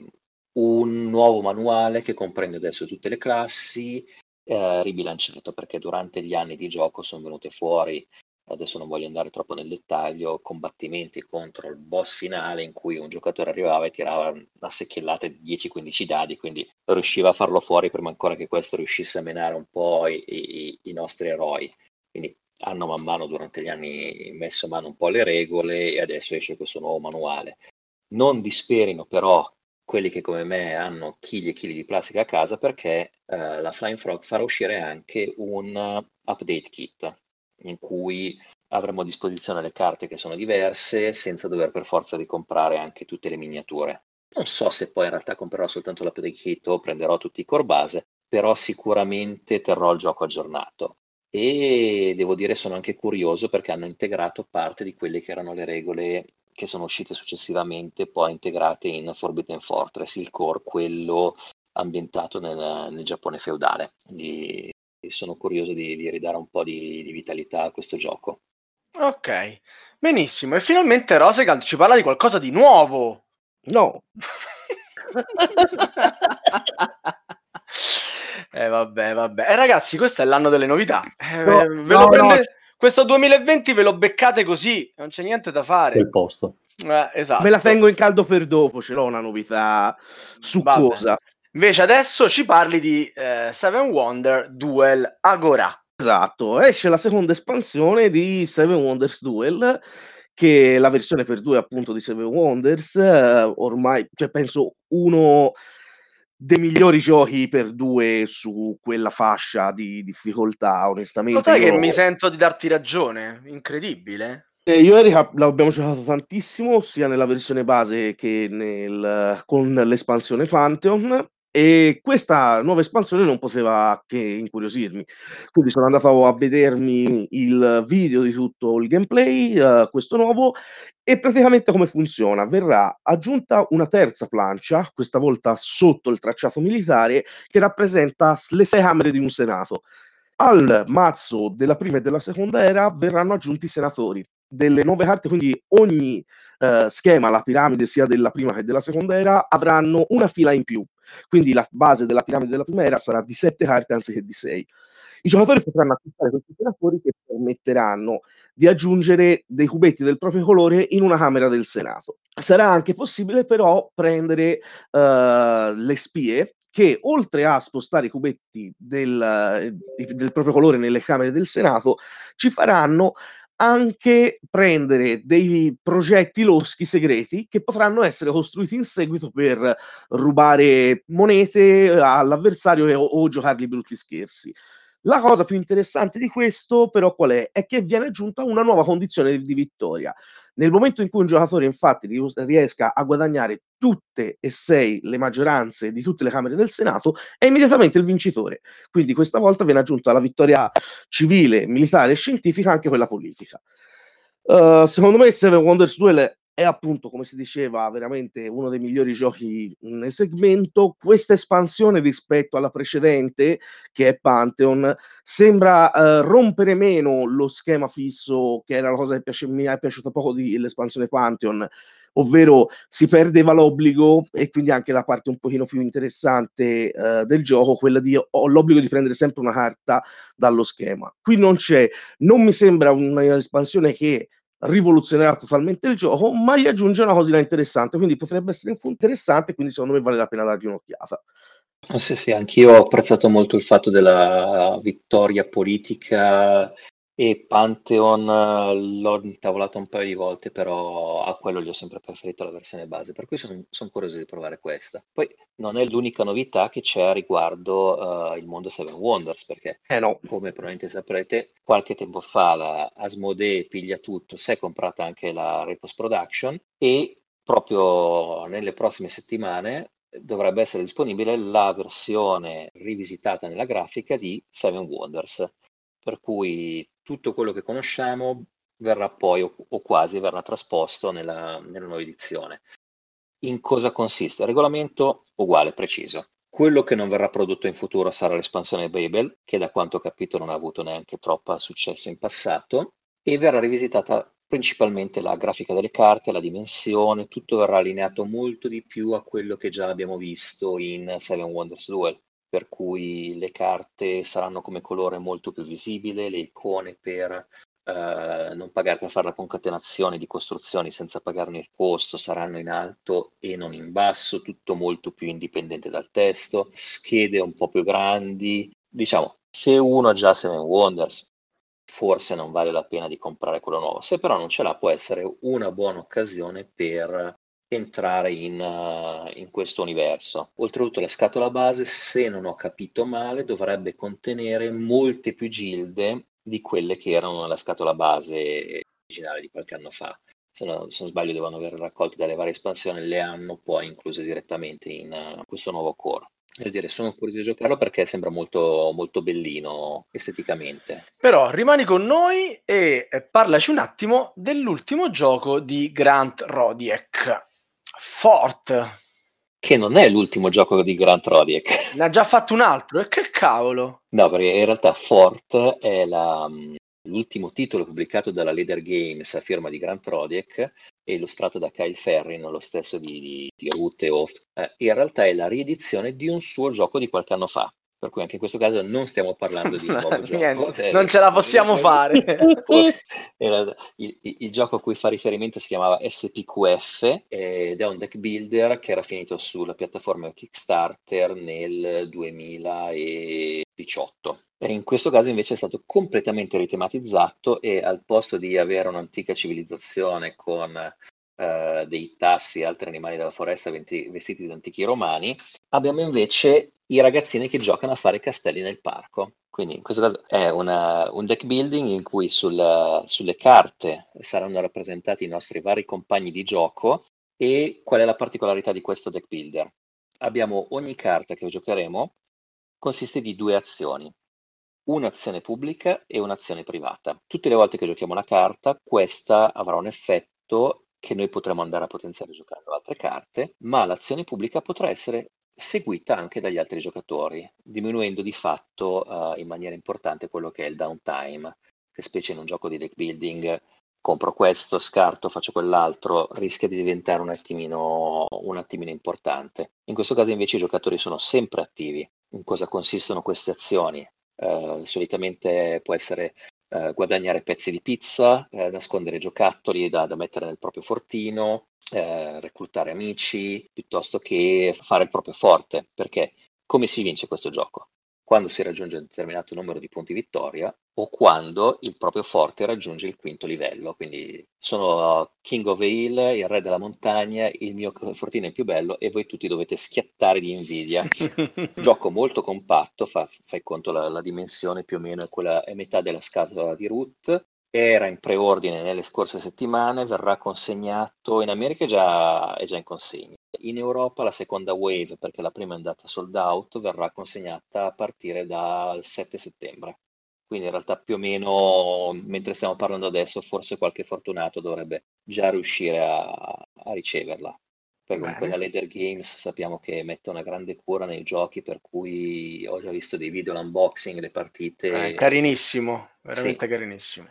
un nuovo manuale che comprende adesso tutte le classi, eh, ribilanciato, perché durante gli anni di gioco sono venute fuori, adesso non voglio andare troppo nel dettaglio, combattimenti contro il boss finale in cui un giocatore arrivava e tirava una secchiellata di dieci quindici dadi, quindi riusciva a farlo fuori prima ancora che questo riuscisse a menare un po' i, i, i nostri eroi. Quindi hanno man mano durante gli anni messo a mano un po' le regole e adesso esce questo nuovo manuale. Non disperino però quelli che come me hanno chili e chili di plastica a casa, perché eh, la Flying Frog farà uscire anche un uh, update kit in cui avremo a disposizione le carte che sono diverse senza dover per forza di comprare anche tutte le miniature. Non so se poi in realtà comprerò soltanto l'update kit o prenderò tutti i core base, però sicuramente terrò il gioco aggiornato. E devo dire sono anche curioso perché hanno integrato parte di quelle che erano le regole che sono uscite successivamente, poi integrate in Forbidden Fortress, il core, quello ambientato nel, nel Giappone feudale. Quindi sono curioso di, di ridare un po' di, di vitalità a questo gioco. Ok, benissimo. E finalmente Rosegald ci parla di qualcosa di nuovo. No. Eh vabbè, vabbè. Eh ragazzi, questo è l'anno delle novità. Eh, No, ve no, lo prende... no. Questo duemilaventi ve lo beccate così, non c'è niente da fare. Quel posto. Eh, esatto. Me la tengo in caldo per dopo, ce l'ho una novità succosa. Vabbè. Invece adesso ci parli di eh, Seven Wonder Duel Agora. Esatto, esce la seconda espansione di Seven Wonders Duel, che è la versione per due appunto di Seven Wonders, eh, ormai, cioè penso uno dei migliori giochi per due su quella fascia di difficoltà, onestamente. Lo sai io... che mi sento di darti ragione? Incredibile. Eh, io e Erika l'abbiamo giocato tantissimo, sia nella versione base che nel, con l'espansione Pantheon, e questa nuova espansione non poteva che incuriosirmi. Quindi sono andato a vedermi il video di tutto il gameplay, uh, questo nuovo, e praticamente come funziona? Verrà aggiunta una terza plancia, questa volta sotto il tracciato militare, che rappresenta le sei camere di un senato. Al mazzo della prima e della seconda era verranno aggiunti i senatori delle nuove carte, quindi ogni uh, schema, la piramide sia della prima che della seconda era, avranno una fila in più. Quindi la base della piramide della prima era sarà di sette carte anziché di sei. I giocatori potranno acquistare questi senatori che permetteranno di aggiungere dei cubetti del proprio colore in una camera del Senato. Sarà anche possibile però prendere uh, le spie, che oltre a spostare i cubetti del, del proprio colore nelle camere del Senato, ci faranno anche prendere dei progetti loschi segreti che potranno essere costruiti in seguito per rubare monete all'avversario o, o giocargli brutti scherzi. La cosa più interessante di questo però qual è? È che viene aggiunta una nuova condizione di, di vittoria. Nel momento in cui un giocatore infatti riesca a guadagnare tutte e sei le maggioranze di tutte le camere del Senato, è immediatamente il vincitore. Quindi questa volta viene aggiunta la vittoria civile, militare e scientifica, anche quella politica. Uh, secondo me Seven Wonders Duel è appunto, come si diceva, veramente uno dei migliori giochi nel segmento. Questa espansione rispetto alla precedente, che è Pantheon, sembra uh, rompere meno lo schema fisso, che era la cosa che piace, mi è piaciuta poco dell'espansione Pantheon, ovvero si perdeva l'obbligo, e quindi anche la parte un pochino più interessante uh, del gioco, quella di ho l'obbligo di prendere sempre una carta dallo schema. Qui non c'è, non mi sembra un'espansione che rivoluzionerà totalmente il gioco, ma gli aggiunge una cosina interessante, quindi potrebbe essere interessante, quindi secondo me vale la pena dargli un'occhiata. Oh, sì, sì, anch'io ho apprezzato molto il fatto della vittoria politica, e Pantheon l'ho intavolato un paio di volte, però a quello gli ho sempre preferito la versione base, per cui sono son curioso di provare questa. Poi non è l'unica novità che c'è riguardo uh, il mondo Seven Wonders, perché eh no. come probabilmente saprete, qualche tempo fa la Asmodee piglia tutto, si è comprata anche la Repos Production, e proprio nelle prossime settimane dovrebbe essere disponibile la versione rivisitata nella grafica di Seven Wonders, per cui tutto quello che conosciamo verrà poi o, o quasi verrà trasposto nella, nella nuova edizione. In cosa consiste? Il regolamento uguale, preciso. Quello che non verrà prodotto in futuro sarà l'espansione Babel, che da quanto ho capito non ha avuto neanche troppo successo in passato, e verrà rivisitata principalmente la grafica delle carte, la dimensione, tutto verrà allineato molto di più a quello che già abbiamo visto in Seven Wonders Duel, per cui le carte saranno come colore molto più visibile, le icone per eh, non pagare per fare la concatenazione di costruzioni senza pagarne il costo saranno in alto e non in basso, tutto molto più indipendente dal testo, schede un po' più grandi. Diciamo, se uno ha già Seven Wonders, forse non vale la pena di comprare quello nuovo. Se però non ce l'ha, può essere una buona occasione per entrare in, uh, in questo universo. Oltretutto la scatola base, se non ho capito male, dovrebbe contenere molte più gilde di quelle che erano nella scatola base originale di qualche anno fa. Se, no, se non sbaglio devono aver raccolte dalle varie espansioni, le hanno poi incluse direttamente in uh, questo nuovo core. Devo dire, sono curioso di giocarlo perché sembra molto, molto bellino esteticamente. Però rimani con noi e parlaci un attimo dell'ultimo gioco di Grant Rodiek, Fort. Che non è l'ultimo gioco di Grant Rodiek. Ne ha già fatto un altro, e che cavolo? No, perché in realtà Fort è la, l'ultimo titolo pubblicato dalla Leader Games a firma di Grant Rodiek e illustrato da Kyle Ferrin, lo stesso di, di, di Root e Oath. Eh, in realtà è la riedizione di un suo gioco di qualche anno fa. Per cui anche in questo caso non stiamo parlando di un nuovo gioco. Eh, non ce la possiamo fare. il, il, il gioco a cui fa riferimento si chiamava S P Q F ed è un deck builder che era finito sulla piattaforma Kickstarter nel duemiladiciotto. E in questo caso invece è stato completamente ritematizzato e al posto di avere un'antica civilizzazione con uh, dei tassi e altri animali della foresta venti, vestiti da antichi romani, abbiamo invece i ragazzini che giocano a fare castelli nel parco. Quindi in questo caso è una, un deck building in cui sul, sulle carte saranno rappresentati i nostri vari compagni di gioco. E qual è la particolarità di questo deck builder? Abbiamo ogni carta che giocheremo consiste di due azioni, un'azione pubblica e un'azione privata. Tutte le volte che giochiamo una carta, questa avrà un effetto che noi potremo andare a potenziare giocando altre carte, ma l'azione pubblica potrà essere seguita anche dagli altri giocatori, diminuendo di fatto uh, in maniera importante quello che è il downtime, che specie in un gioco di deck building, compro questo, scarto, faccio quell'altro, rischia di diventare un attimino, un attimino importante. In questo caso invece i giocatori sono sempre attivi. In cosa consistono queste azioni? Uh, solitamente può essere uh, guadagnare pezzi di pizza, uh, nascondere giocattoli da, da mettere nel proprio fortino, Eh, reclutare amici, piuttosto che fare il proprio forte, perché come si vince questo gioco? Quando si raggiunge un determinato numero di punti vittoria o quando il proprio forte raggiunge il quinto livello. Quindi sono King of the Hill, il re della montagna, il mio fortino è più bello e voi tutti dovete schiattare di invidia. Gioco molto compatto, fa, fai conto la, la dimensione più o meno è quella, è metà della scatola di Root. Era in preordine nelle scorse settimane, verrà consegnato in America, è già, è già in consegna. In Europa la seconda wave, perché la prima è andata sold out, verrà consegnata a partire dal sette settembre. Quindi in realtà più o meno, mentre stiamo parlando adesso, forse qualche fortunato dovrebbe già riuscire a, a riceverla. Poi comunque la Leader Games sappiamo che mette una grande cura nei giochi, per cui ho già visto dei video, l'unboxing, le partite. Eh, carinissimo, veramente sì. carinissimo.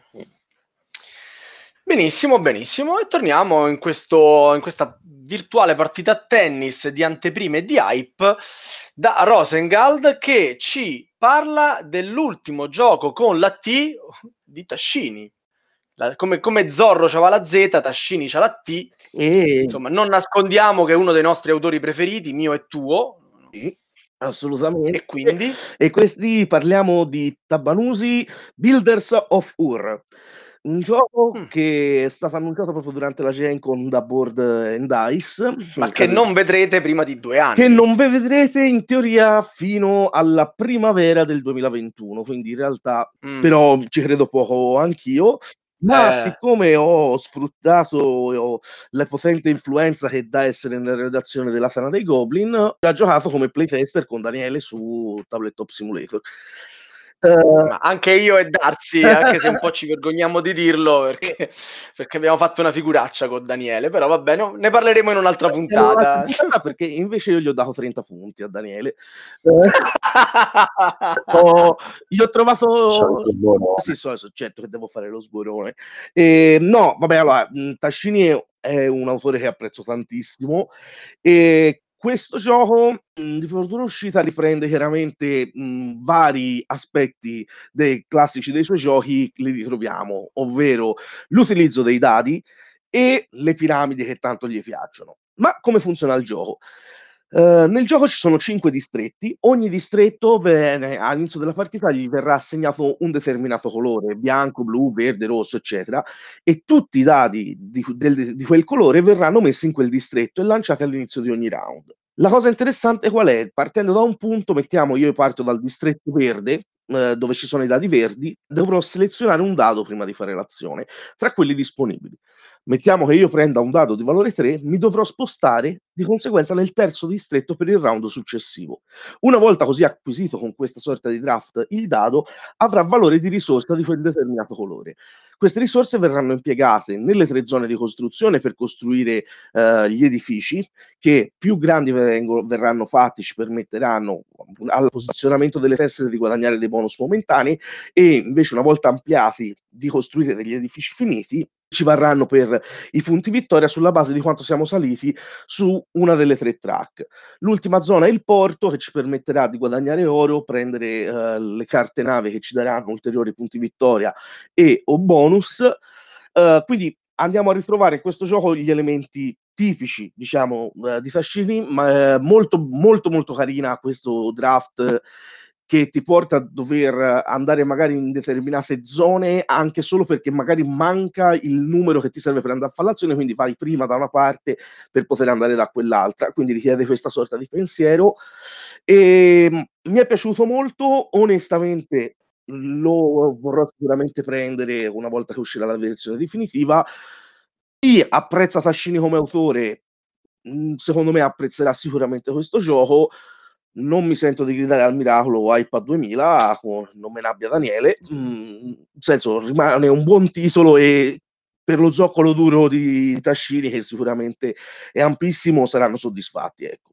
Benissimo, benissimo. E torniamo in, questo, in questa virtuale partita a tennis di anteprime e di hype da Rosengald, che ci parla dell'ultimo gioco con la T di Tascini. La, come, come Zorro c'aveva la Z, Tascini c'ha la T. E... Insomma, non nascondiamo che è uno dei nostri autori preferiti, mio e tuo. Sì, assolutamente. E quindi? E questi parliamo di Tabanusi Builders of Ur, un gioco mm. che è stato annunciato proprio durante la Gen Con da Board and Dice, ma che non vedrete prima di due anni. Che non vedrete in teoria fino alla primavera del duemilaventuno, quindi in realtà mm. però ci credo poco anch'io. Ma eh. siccome ho sfruttato la potente influenza che dà essere nella redazione della Tana dei Goblin, ho giocato come playtester con Daniele su Tabletop Simulator. Uh, Ma anche io e Darsi, anche se un po' ci vergogniamo di dirlo, perché, perché abbiamo fatto una figuraccia con Daniele, però vabbè, no, ne parleremo in un'altra puntata. Perché invece io gli ho dato trenta punti a Daniele. ho, gli ho trovato... Sì, so, so, certo che devo fare lo sborone. E, no, vabbè, allora, Tascini è, è un autore che apprezzo tantissimo e questo gioco mh, di fortuna uscita riprende chiaramente mh, vari aspetti dei classici dei suoi giochi, li ritroviamo, ovvero l'utilizzo dei dadi e le piramidi che tanto gli piacciono. Ma come funziona il gioco? Uh, nel gioco ci sono cinque distretti, ogni distretto viene, all'inizio della partita gli verrà assegnato un determinato colore, bianco, blu, verde, rosso, eccetera, e tutti i dadi di, del, di quel colore verranno messi in quel distretto e lanciati all'inizio di ogni round. La cosa interessante qual è? Partendo da un punto, mettiamo io parto dal distretto verde, eh, dove ci sono i dadi verdi, dovrò selezionare un dado prima di fare l'azione, tra quelli disponibili. Mettiamo che io prenda un dado di valore tre, mi dovrò spostare di conseguenza nel terzo distretto per il round successivo. Una volta così acquisito con questa sorta di draft, il dado avrà valore di risorsa di quel determinato colore. Queste risorse verranno impiegate nelle tre zone di costruzione per costruire eh, gli edifici, che più grandi vengono, verranno fatti, ci permetteranno al posizionamento delle tessere di guadagnare dei bonus momentanei, e invece una volta ampliati di costruire degli edifici finiti, ci varranno per i punti vittoria sulla base di quanto siamo saliti su una delle tre track. L'ultima zona è il porto, che ci permetterà di guadagnare oro, prendere uh, le carte nave che ci daranno ulteriori punti vittoria e o bonus. Uh, quindi andiamo a ritrovare in questo gioco gli elementi tipici, diciamo, uh, di Tascini, ma uh, molto molto molto carina questo draft che ti porta a dover andare magari in determinate zone anche solo perché magari manca il numero che ti serve per andare a fare l'azione, quindi vai prima da una parte per poter andare da quell'altra, quindi richiede questa sorta di pensiero. E mi è piaciuto molto, onestamente lo vorrò sicuramente prendere una volta che uscirà la versione definitiva. Chi apprezza Tascini come autore, secondo me apprezzerà sicuramente questo gioco. Non mi sento di gridare al miracolo iPad duemila, non me ne abbia Daniele, mm, nel senso rimane un buon titolo e per lo zoccolo duro di Tascini, che sicuramente è ampissimo, saranno soddisfatti, ecco.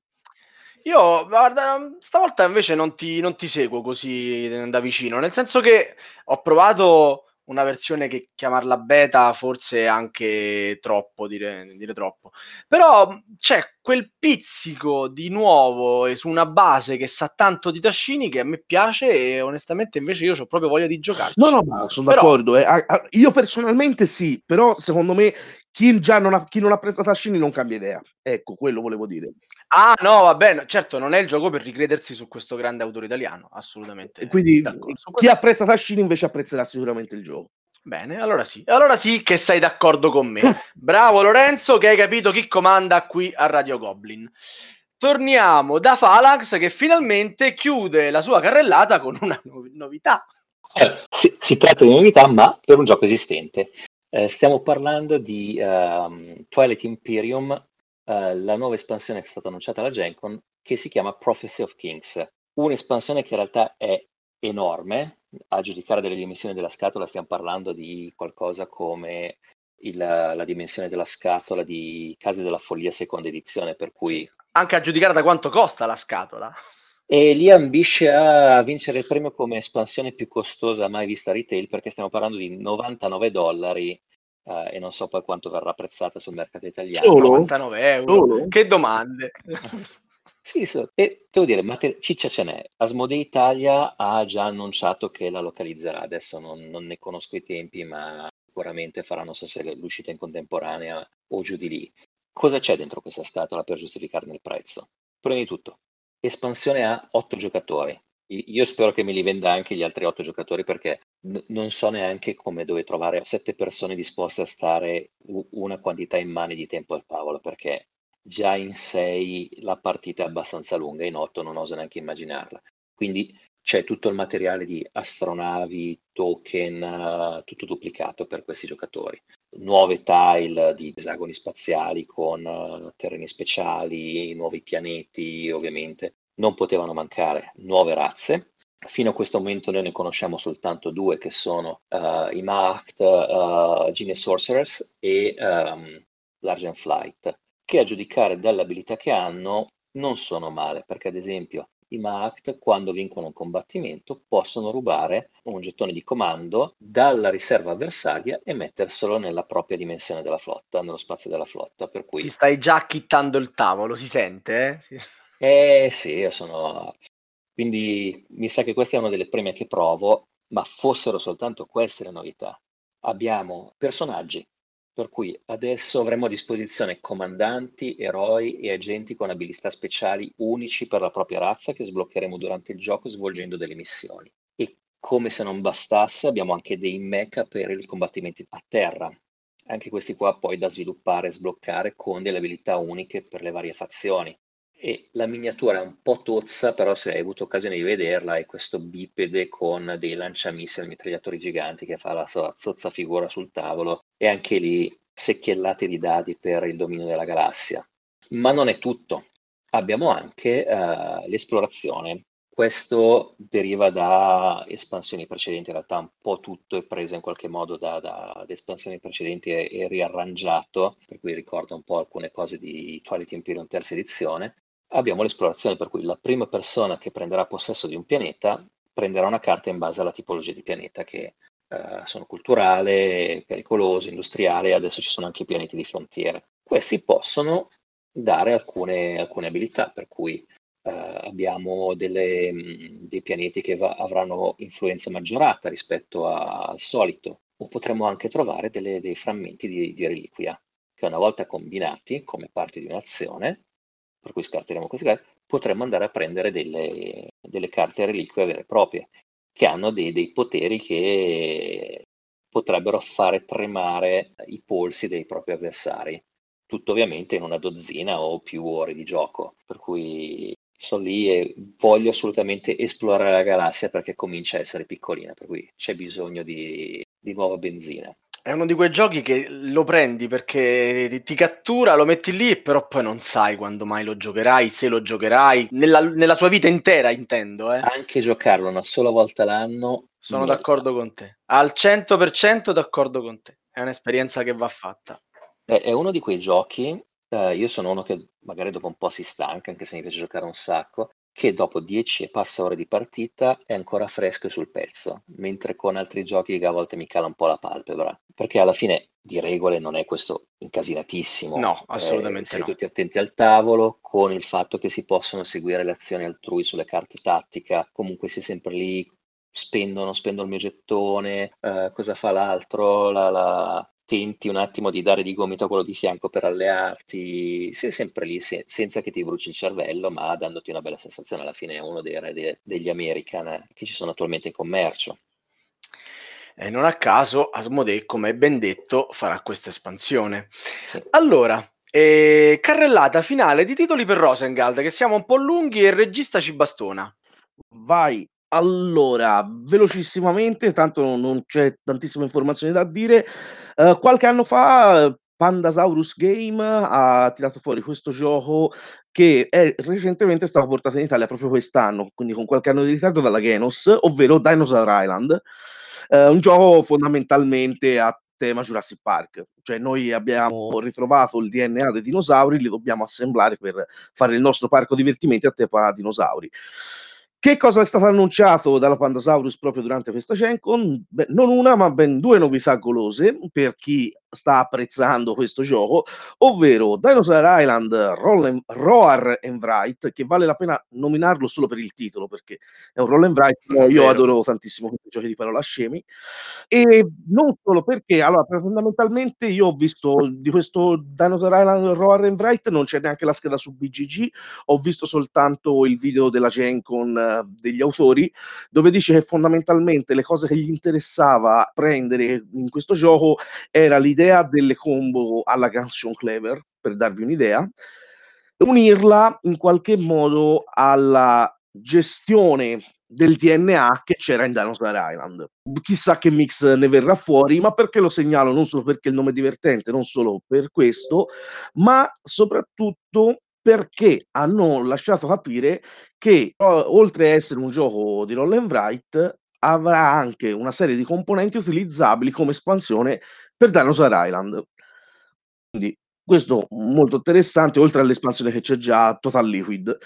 Io, guarda, stavolta invece non ti, non ti seguo così da vicino, nel senso che ho provato una versione che chiamarla beta forse è anche troppo, dire, dire troppo, però c'è quel pizzico di nuovo e su una base che sa tanto di Tascini che a me piace, e onestamente invece io ho proprio voglia di giocarci. No, no, ma sono però... d'accordo, eh. Io personalmente sì, però secondo me chi già non ha, chi non apprezza Tascini non cambia idea, ecco, quello volevo dire. Ah no, va bene, certo non è il gioco per ricredersi su questo grande autore italiano, assolutamente. E quindi chi apprezza Tascini invece apprezzerà sicuramente il gioco. Bene, allora sì, allora sì che sei d'accordo con me. Bravo Lorenzo, che hai capito chi comanda qui a Radio Goblin. Torniamo da Phalanx, che finalmente chiude la sua carrellata con una no- novità. Eh, si, si tratta di novità, ma per un gioco esistente. Eh, stiamo parlando di um, Twilight Imperium, uh, la nuova espansione che è stata annunciata alla Gen Con, che si chiama Prophecy of Kings. Un'espansione che in realtà è enorme. A giudicare dalle dimensioni della scatola stiamo parlando di qualcosa come il, la dimensione della scatola di Case della Follia seconda edizione, per cui... Sì, anche a giudicare da quanto costa la scatola. E lì ambisce a vincere il premio come espansione più costosa mai vista a retail, perché stiamo parlando di novantanove dollari uh, e non so poi quanto verrà apprezzata sul mercato italiano. Solo? novantanove euro? Solo? Che domande! Sì, sì, e devo dire, mater- ciccia ce n'è. Asmodee Italia ha già annunciato che la localizzerà, adesso non, non ne conosco i tempi, ma sicuramente faranno, so se l'uscita in contemporanea o giù di lì. Cosa c'è dentro questa scatola per giustificarne il prezzo? Prima di tutto, espansione a otto giocatori. Io spero che me li venda anche gli altri otto giocatori, perché n- non so neanche come dove trovare sette persone disposte a stare u- una quantità immane di tempo al tavolo, perché già in sei la partita è abbastanza lunga, in otto non oso neanche immaginarla. Quindi c'è tutto il materiale di astronavi, token, uh, tutto duplicato per questi giocatori. Nuove tile di esagoni spaziali con uh, terreni speciali, nuovi pianeti, ovviamente. Non potevano mancare nuove razze. Fino a questo momento noi ne conosciamo soltanto due, che sono uh, i Macht, uh, Genius Sorcerers e um, l'Argent Flight, che a giudicare dalle abilità che hanno non sono male, perché ad esempio i Macht, quando vincono un combattimento, possono rubare un gettone di comando dalla riserva avversaria e metterselo nella propria dimensione della flotta, nello spazio della flotta, per cui... Ti stai già acchittando il tavolo, si sente, eh? Sì. Eh sì, io sono... Quindi mi sa che questa è una delle prime che provo, ma fossero soltanto queste le novità. Abbiamo personaggi, per cui adesso avremo a disposizione comandanti, eroi e agenti con abilità speciali unici per la propria razza che sbloccheremo durante il gioco svolgendo delle missioni. E come se non bastasse, abbiamo anche dei mecha per i combattimenti a terra. Anche questi qua poi da sviluppare e sbloccare con delle abilità uniche per le varie fazioni. E la miniatura è un po' tozza, però se hai avuto occasione di vederla è questo bipede con dei lanciamissili, mitragliatori giganti che fa la sua zozza figura sul tavolo, e anche lì secchiellate di dadi per il dominio della galassia. Ma non è tutto, abbiamo anche uh, l'esplorazione. Questo deriva da espansioni precedenti, in realtà un po' tutto è preso in qualche modo da, da, da espansioni precedenti e, e riarrangiato, per cui ricorda un po' alcune cose di Twilight Imperium terza edizione. Abbiamo l'esplorazione, per cui la prima persona che prenderà possesso di un pianeta prenderà una carta in base alla tipologia di pianeta, che eh, sono culturale, pericoloso, industriale, e adesso ci sono anche i pianeti di frontiere. Questi possono dare alcune, alcune abilità, per cui eh, abbiamo delle, mh, dei pianeti che va, avranno influenza maggiorata rispetto a, al solito, o potremo anche trovare delle, dei frammenti di, di reliquia, che una volta combinati come parte di un'azione, per cui scarteremo queste carte, potremmo andare a prendere delle, delle carte reliquie vere e proprie, che hanno dei, dei poteri che potrebbero fare tremare i polsi dei propri avversari. Tutto ovviamente in una dozzina o più ore di gioco, per cui sono lì e voglio assolutamente esplorare la galassia perché comincia a essere piccolina, per cui c'è bisogno di, di nuova benzina. È uno di quei giochi che lo prendi perché ti, ti cattura, lo metti lì, però poi non sai quando mai lo giocherai, se lo giocherai, nella, nella sua vita intera intendo. Eh. Anche giocarlo una sola volta l'anno. Sono nulla. d'accordo con te, al cento per cento d'accordo con te, è un'esperienza che va fatta. È, è uno di quei giochi, eh, io sono uno che magari dopo un po' si stanca, anche se mi piace giocare un sacco, che dopo dieci e passa ore di partita è ancora fresco sul pezzo, mentre con altri giochi che a volte mi cala un po' la palpebra, perché alla fine di regole non è questo incasinatissimo. No, assolutamente eh, sei no. tutti attenti al tavolo, con il fatto che si possono seguire le azioni altrui sulle carte tattica, comunque si è sempre lì, spendo, non spendo il mio gettone, eh, cosa fa l'altro, la, la... tenti un attimo di dare di gomito a quello di fianco per allearti, sei sempre lì se, senza che ti bruci il cervello, ma dandoti una bella sensazione. Alla fine è uno dei re de, degli American eh, che ci sono attualmente in commercio. E non a caso Asmodee, come ben detto, farà questa espansione. Sì. Allora, eh, carrellata finale di titoli per Rosengard, che siamo un po' lunghi e il regista ci bastona. Vai. Allora, velocissimamente, tanto non c'è tantissime informazioni da dire. Uh, qualche anno fa Pandasaurus Game ha tirato fuori questo gioco che è recentemente stato portato in Italia proprio quest'anno, quindi con qualche anno di ritardo dalla Genos, ovvero Dinosaur Island. Uh, un gioco fondamentalmente a tema Jurassic Park, cioè noi abbiamo ritrovato il D N A dei dinosauri, li dobbiamo assemblare per fare il nostro parco divertimenti a tema dinosauri. Che cosa è stato annunciato dalla Pandasaurus proprio durante questa Gen-Con? Beh, non una, ma ben due novità golose per chi sta apprezzando questo gioco, ovvero Dinosaur Island Roll Roar and Write, che vale la pena nominarlo solo per il titolo, perché è un roll and write, io vero. adoro tantissimo questi giochi di parola scemi, e non solo perché, allora, fondamentalmente io ho visto di questo Dinosaur Island Roar and Write, non c'è neanche la scheda su B G G, ho visto soltanto il video della Gen-Con uh, degli autori, dove dice che fondamentalmente le cose che gli interessava prendere in questo gioco era l'idea delle combo alla Gunshot Clever, per darvi un'idea, unirla in qualche modo alla gestione del D N A che c'era in Dinosaur Island. Chissà che mix ne verrà fuori, ma perché lo segnalo? Non solo perché il nome è divertente, non solo per questo, ma soprattutto perché hanno lasciato capire che o- oltre a essere un gioco di roll and write avrà anche una serie di componenti utilizzabili come espansione per Dinosaur Island. Quindi questo molto interessante, oltre all'espansione che c'è già, Total Liquid.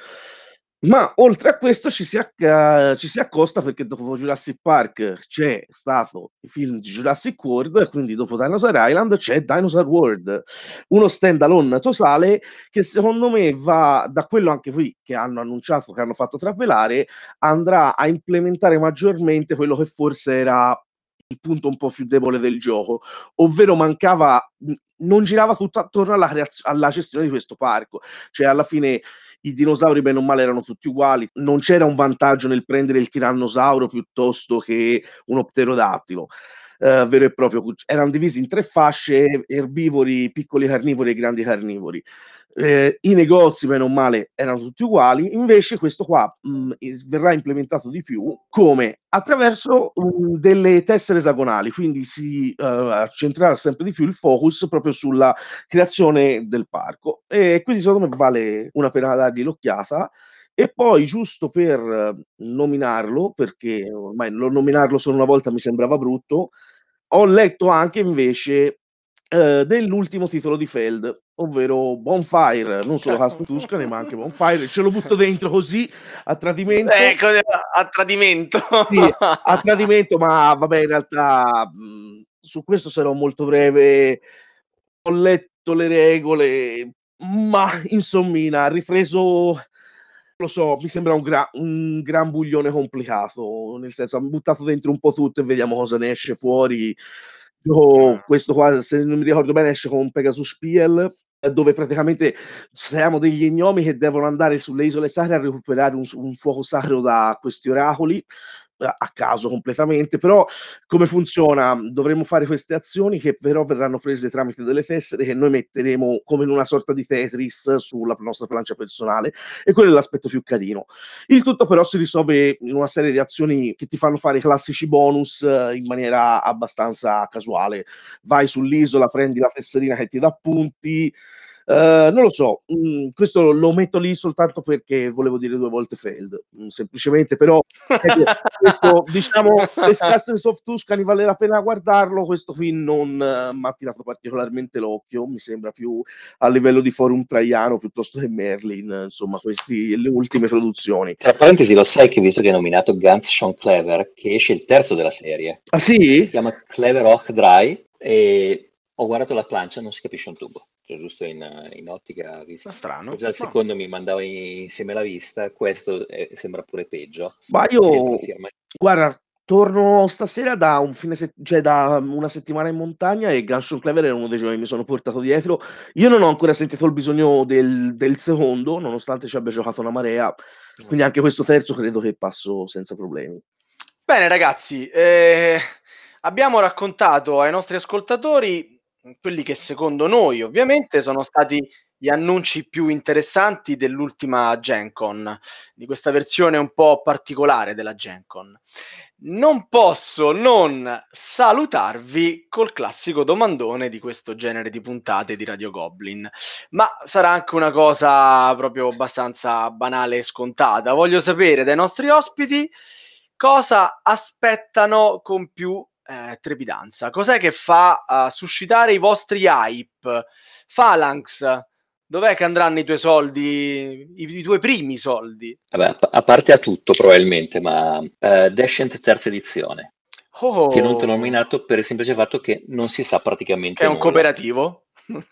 Ma oltre a questo ci si, acc- ci si accosta perché dopo Jurassic Park c'è stato il film di Jurassic World, quindi dopo Dinosaur Island c'è Dinosaur World, uno stand-alone totale che secondo me va da quello anche qui che hanno annunciato, che hanno fatto travelare, andrà a implementare maggiormente quello che forse era il punto un po' più debole del gioco, ovvero mancava, non girava tutto attorno alla, creaz- alla gestione di questo parco, cioè alla fine i dinosauri bene o male erano tutti uguali, non c'era un vantaggio nel prendere il tirannosauro piuttosto che un pterodattilo. Uh, vero e proprio, erano divisi in tre fasce: erbivori, piccoli carnivori e grandi carnivori. Eh, I negozi, bene o male, erano tutti uguali. Invece questo qua mh, verrà implementato di più come attraverso um, delle tessere esagonali, quindi si uh, accentrerà sempre di più il focus proprio sulla creazione del parco, e quindi secondo me vale una pena dargli l'occhiata. E poi, giusto per nominarlo, perché ormai non nominarlo solo una volta mi sembrava brutto, ho letto anche invece eh, dell'ultimo titolo di Feld, ovvero Bonfire, non solo Castle Tuscany ma anche Bonfire. Ce lo butto dentro così a tradimento. Eh, a tradimento. Sì, a tradimento, ma vabbè, in realtà mh, su questo sarò molto breve. Ho letto le regole, ma insommina, ha ripreso, lo so, mi sembra un, gra- un gran buglione complicato, nel senso, hanno buttato dentro un po' tutto e vediamo cosa ne esce fuori. Io, questo qua, se non mi ricordo bene, esce con un Pegasus Spiel, dove praticamente siamo degli gnomi che devono andare sulle isole sacre a recuperare un, un fuoco sacro da questi oracoli, a caso completamente. Però come funziona? Dovremo fare queste azioni che però verranno prese tramite delle tessere che noi metteremo come in una sorta di Tetris sulla nostra plancia personale, e quello è l'aspetto più carino. Il tutto però si risolve in una serie di azioni che ti fanno fare i classici bonus in maniera abbastanza casuale. Vai sull'isola, prendi la tesserina che ti dà punti. Uh, non lo so, mm, questo lo metto lì soltanto perché volevo dire due volte Feld, mm, semplicemente. Però ecco, questo, diciamo, The Castles of Tuscany vale la pena guardarlo. Questo film non uh, mi ha tirato particolarmente l'occhio, mi sembra più a livello di Forum Traiano piuttosto che Merlin, insomma, queste le ultime produzioni. Tra parentesi, lo sai che visto che hai nominato Guns Sean Clever, che esce il terzo della serie? Ah sì? Si chiama Clever Hawk Dry, e ho guardato la plancia, non si capisce un tubo, cioè giusto in, in ottica vista. Strano. Già il secondo no. mi mandava insieme la vista, questo è, sembra pure peggio. Ma io, guarda, torno stasera da un fine se- cioè da una settimana in montagna, e Guns Sean Clever è uno dei giochi che mi sono portato dietro. Io non ho ancora sentito il bisogno del, del secondo, nonostante ci abbia giocato una marea, quindi anche questo terzo credo che passo senza problemi. Bene ragazzi, eh, abbiamo raccontato ai nostri ascoltatori quelli che secondo noi ovviamente sono stati gli annunci più interessanti dell'ultima Gen Con, di questa versione un po' particolare della Gen Con. Non posso non salutarvi col classico domandone di questo genere di puntate di Radio Goblin, ma sarà anche una cosa proprio abbastanza banale e scontata. Voglio sapere dai nostri ospiti cosa aspettano con più Eh, trepidanza. Cos'è che fa uh, suscitare i vostri hype? Phalanx, dov'è che andranno i tuoi soldi, i, i tuoi primi soldi? Vabbè, a parte a tutto probabilmente, ma uh, Descent terza edizione, oh. che non ti ho nominato per il semplice fatto che non si sa praticamente che è un nulla. Cooperativo?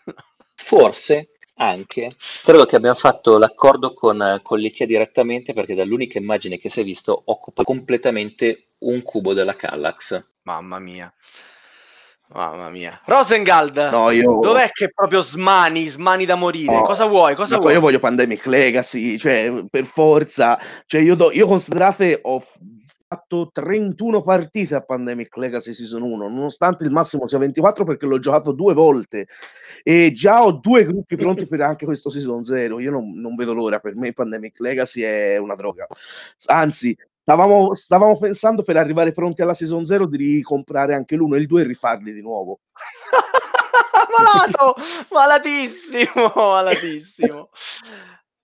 Forse anche. Credo che abbiamo fatto l'accordo con, con l'I K E A direttamente, perché dall'unica immagine che si è visto occupa completamente un cubo della Kallax. Mamma mia. Mamma mia. Rosengald, no, io... dov'è che proprio smani, smani da morire? No. Cosa vuoi? Cosa no, vuoi? Io voglio Pandemic Legacy, cioè, per forza. Cioè, io, do... io considerate, ho fatto trentuno partite a Pandemic Legacy Season uno, nonostante il massimo sia ventiquattro, perché l'ho giocato due volte. E già ho due gruppi pronti per anche questo Season zero. Io non, non vedo l'ora. Per me Pandemic Legacy è una droga. Anzi... Stavamo, stavamo pensando, per arrivare pronti alla Season zero, di comprare anche l'uno e il due e rifarli di nuovo. Malato! Malatissimo! Malatissimo!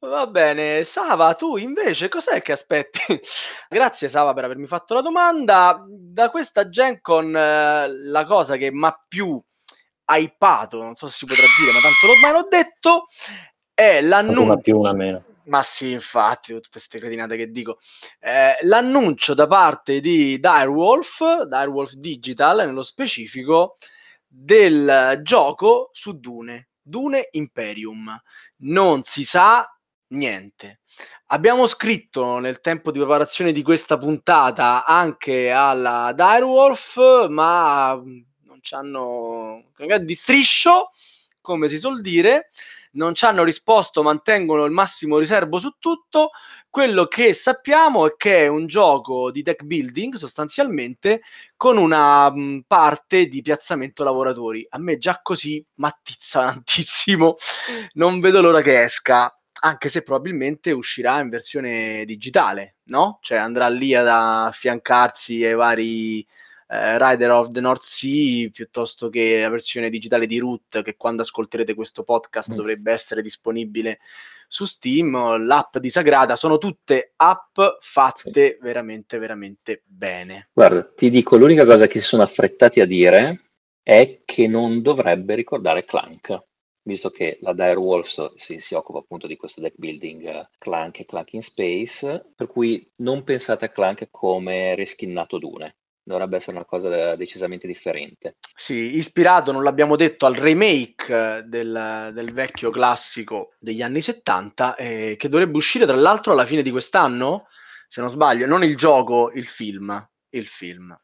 Va bene, Sava, tu invece cos'è che aspetti? Grazie Sava per avermi fatto la domanda. Da questa Gen Con eh, la cosa che mi ha più hypato, non so se si potrà dire, ma tanto ormai l'ho detto, è l'annuncio. Una più, una meno. Ma sì, infatti, tutte queste cretinate che dico. Eh, l'annuncio da parte di Direwolf, Direwolf Digital nello specifico, del gioco su Dune, Dune Imperium. Non si sa niente. Abbiamo scritto nel tempo di preparazione di questa puntata anche alla Direwolf, ma non ci hanno di striscio, come si suol dire, non ci hanno risposto, mantengono il massimo riservo su tutto. Quello che sappiamo è che è un gioco di deck building sostanzialmente, con una mh, parte di piazzamento lavoratori. A me già così mattizza tantissimo, non vedo l'ora che esca, anche se probabilmente uscirà in versione digitale, no? Cioè andrà lì ad affiancarsi ai vari eh, Rider of the North Sea, piuttosto che la versione digitale di Root, che quando ascolterete questo podcast mm. dovrebbe essere disponibile su Steam. L'app di Sagrada, sono tutte app fatte sì. veramente veramente bene. Guarda, ti dico, l'unica cosa che si sono affrettati a dire è che non dovrebbe ricordare Clank, visto che la Direwolf si, si occupa appunto di questo deck building uh, Clank e Clank in Space, per cui non pensate a Clank come reskinnato Dune. Dovrebbe essere una cosa decisamente differente. Sì, ispirato, non l'abbiamo detto, al remake del, del vecchio classico degli anni settanta, eh, che dovrebbe uscire tra l'altro alla fine di quest'anno, se non sbaglio, non il gioco, il film. Il film.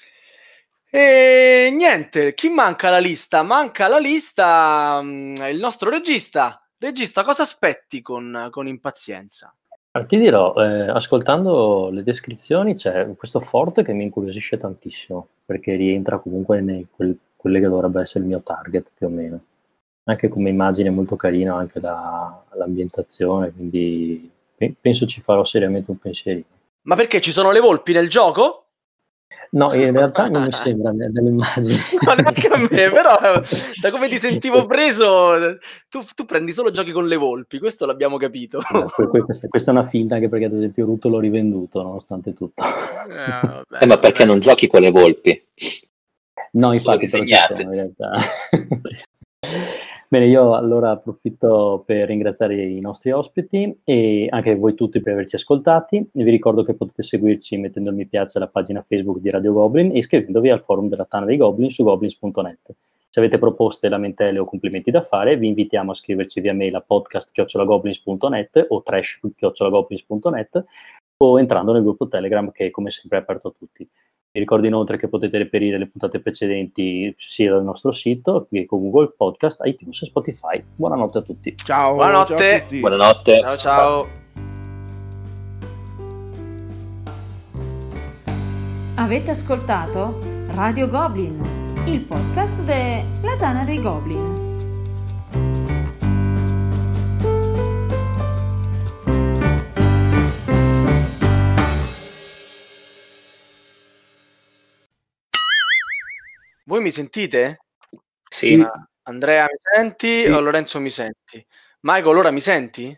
E niente, chi manca alla lista? Manca alla lista mh, il nostro regista. Regista, cosa aspetti con, con impazienza? Ti dirò, eh, ascoltando le descrizioni c'è questo forte che mi incuriosisce tantissimo, perché rientra comunque in quel, quelle che dovrebbe essere il mio target più o meno. Anche come immagine molto carina, anche la, l'ambientazione, quindi pe- penso ci farò seriamente un pensierino. Ma perché ci sono le volpi nel gioco? No, in realtà non mi sembra delle immagini. No, neanche a me, però da come ti sentivo preso, tu, tu prendi solo giochi con le volpi, questo l'abbiamo capito. No, questa, questa è una finta, anche perché ad esempio Ruto l'ho rivenduto, nonostante tutto. Eh, vabbè, eh, ma perché vabbè. non giochi con le volpi? No, infatti, però ci sono, in realtà. Bene, io allora approfitto per ringraziare i nostri ospiti e anche voi tutti per averci ascoltati. Vi ricordo che potete seguirci mettendo il mi piace alla pagina Facebook di Radio Goblin e iscrivendovi al forum della Tana dei Goblin su goblins punto net. Se avete proposte, lamentele o complimenti da fare, vi invitiamo a scriverci via mail a podcast chiocciola goblins punto net o trash chiocciola goblins punto net o entrando nel gruppo Telegram, che come sempre è aperto a tutti. Vi ricordo inoltre che potete reperire le puntate precedenti sia dal nostro sito che con Google Podcast, iTunes e Spotify. Buonanotte a tutti. Ciao. Buonanotte. Ciao a tutti. Buonanotte. Ciao ciao. Avete ascoltato Radio Goblin, il podcast della Tana dei Goblin. Voi mi sentite? Sì. Uh, Andrea, mi senti? Sì. O Lorenzo, mi senti? Michael, ora mi senti?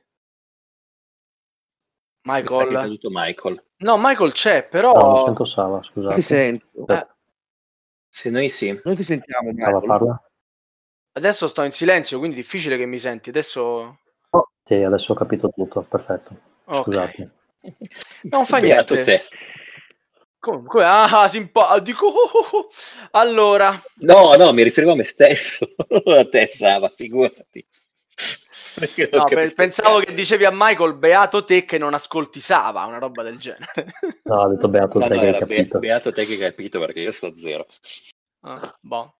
Michael? Mi sa che è caduto Michael. No, Michael c'è, però... No, non sento Sava, scusate. Ti sento. Eh, Se noi sì. Noi ti sentiamo, Sava Michael. parla? adesso sto in silenzio, quindi è difficile che mi senti. Adesso... Oh, sì, adesso ho capito tutto, perfetto. Ok. Scusate. Non fa Beato niente. te. Comunque, ah, simpatico. Allora... No, no, mi riferivo a me stesso. Non a te, Sava, figurati. No, pe- pensavo che dicevi a Michael, beato te che non ascolti Sava, una roba del genere. No, ho detto beato No, te no, che hai era be- capito. beato te che hai capito, perché io sto a zero. Ah, boh.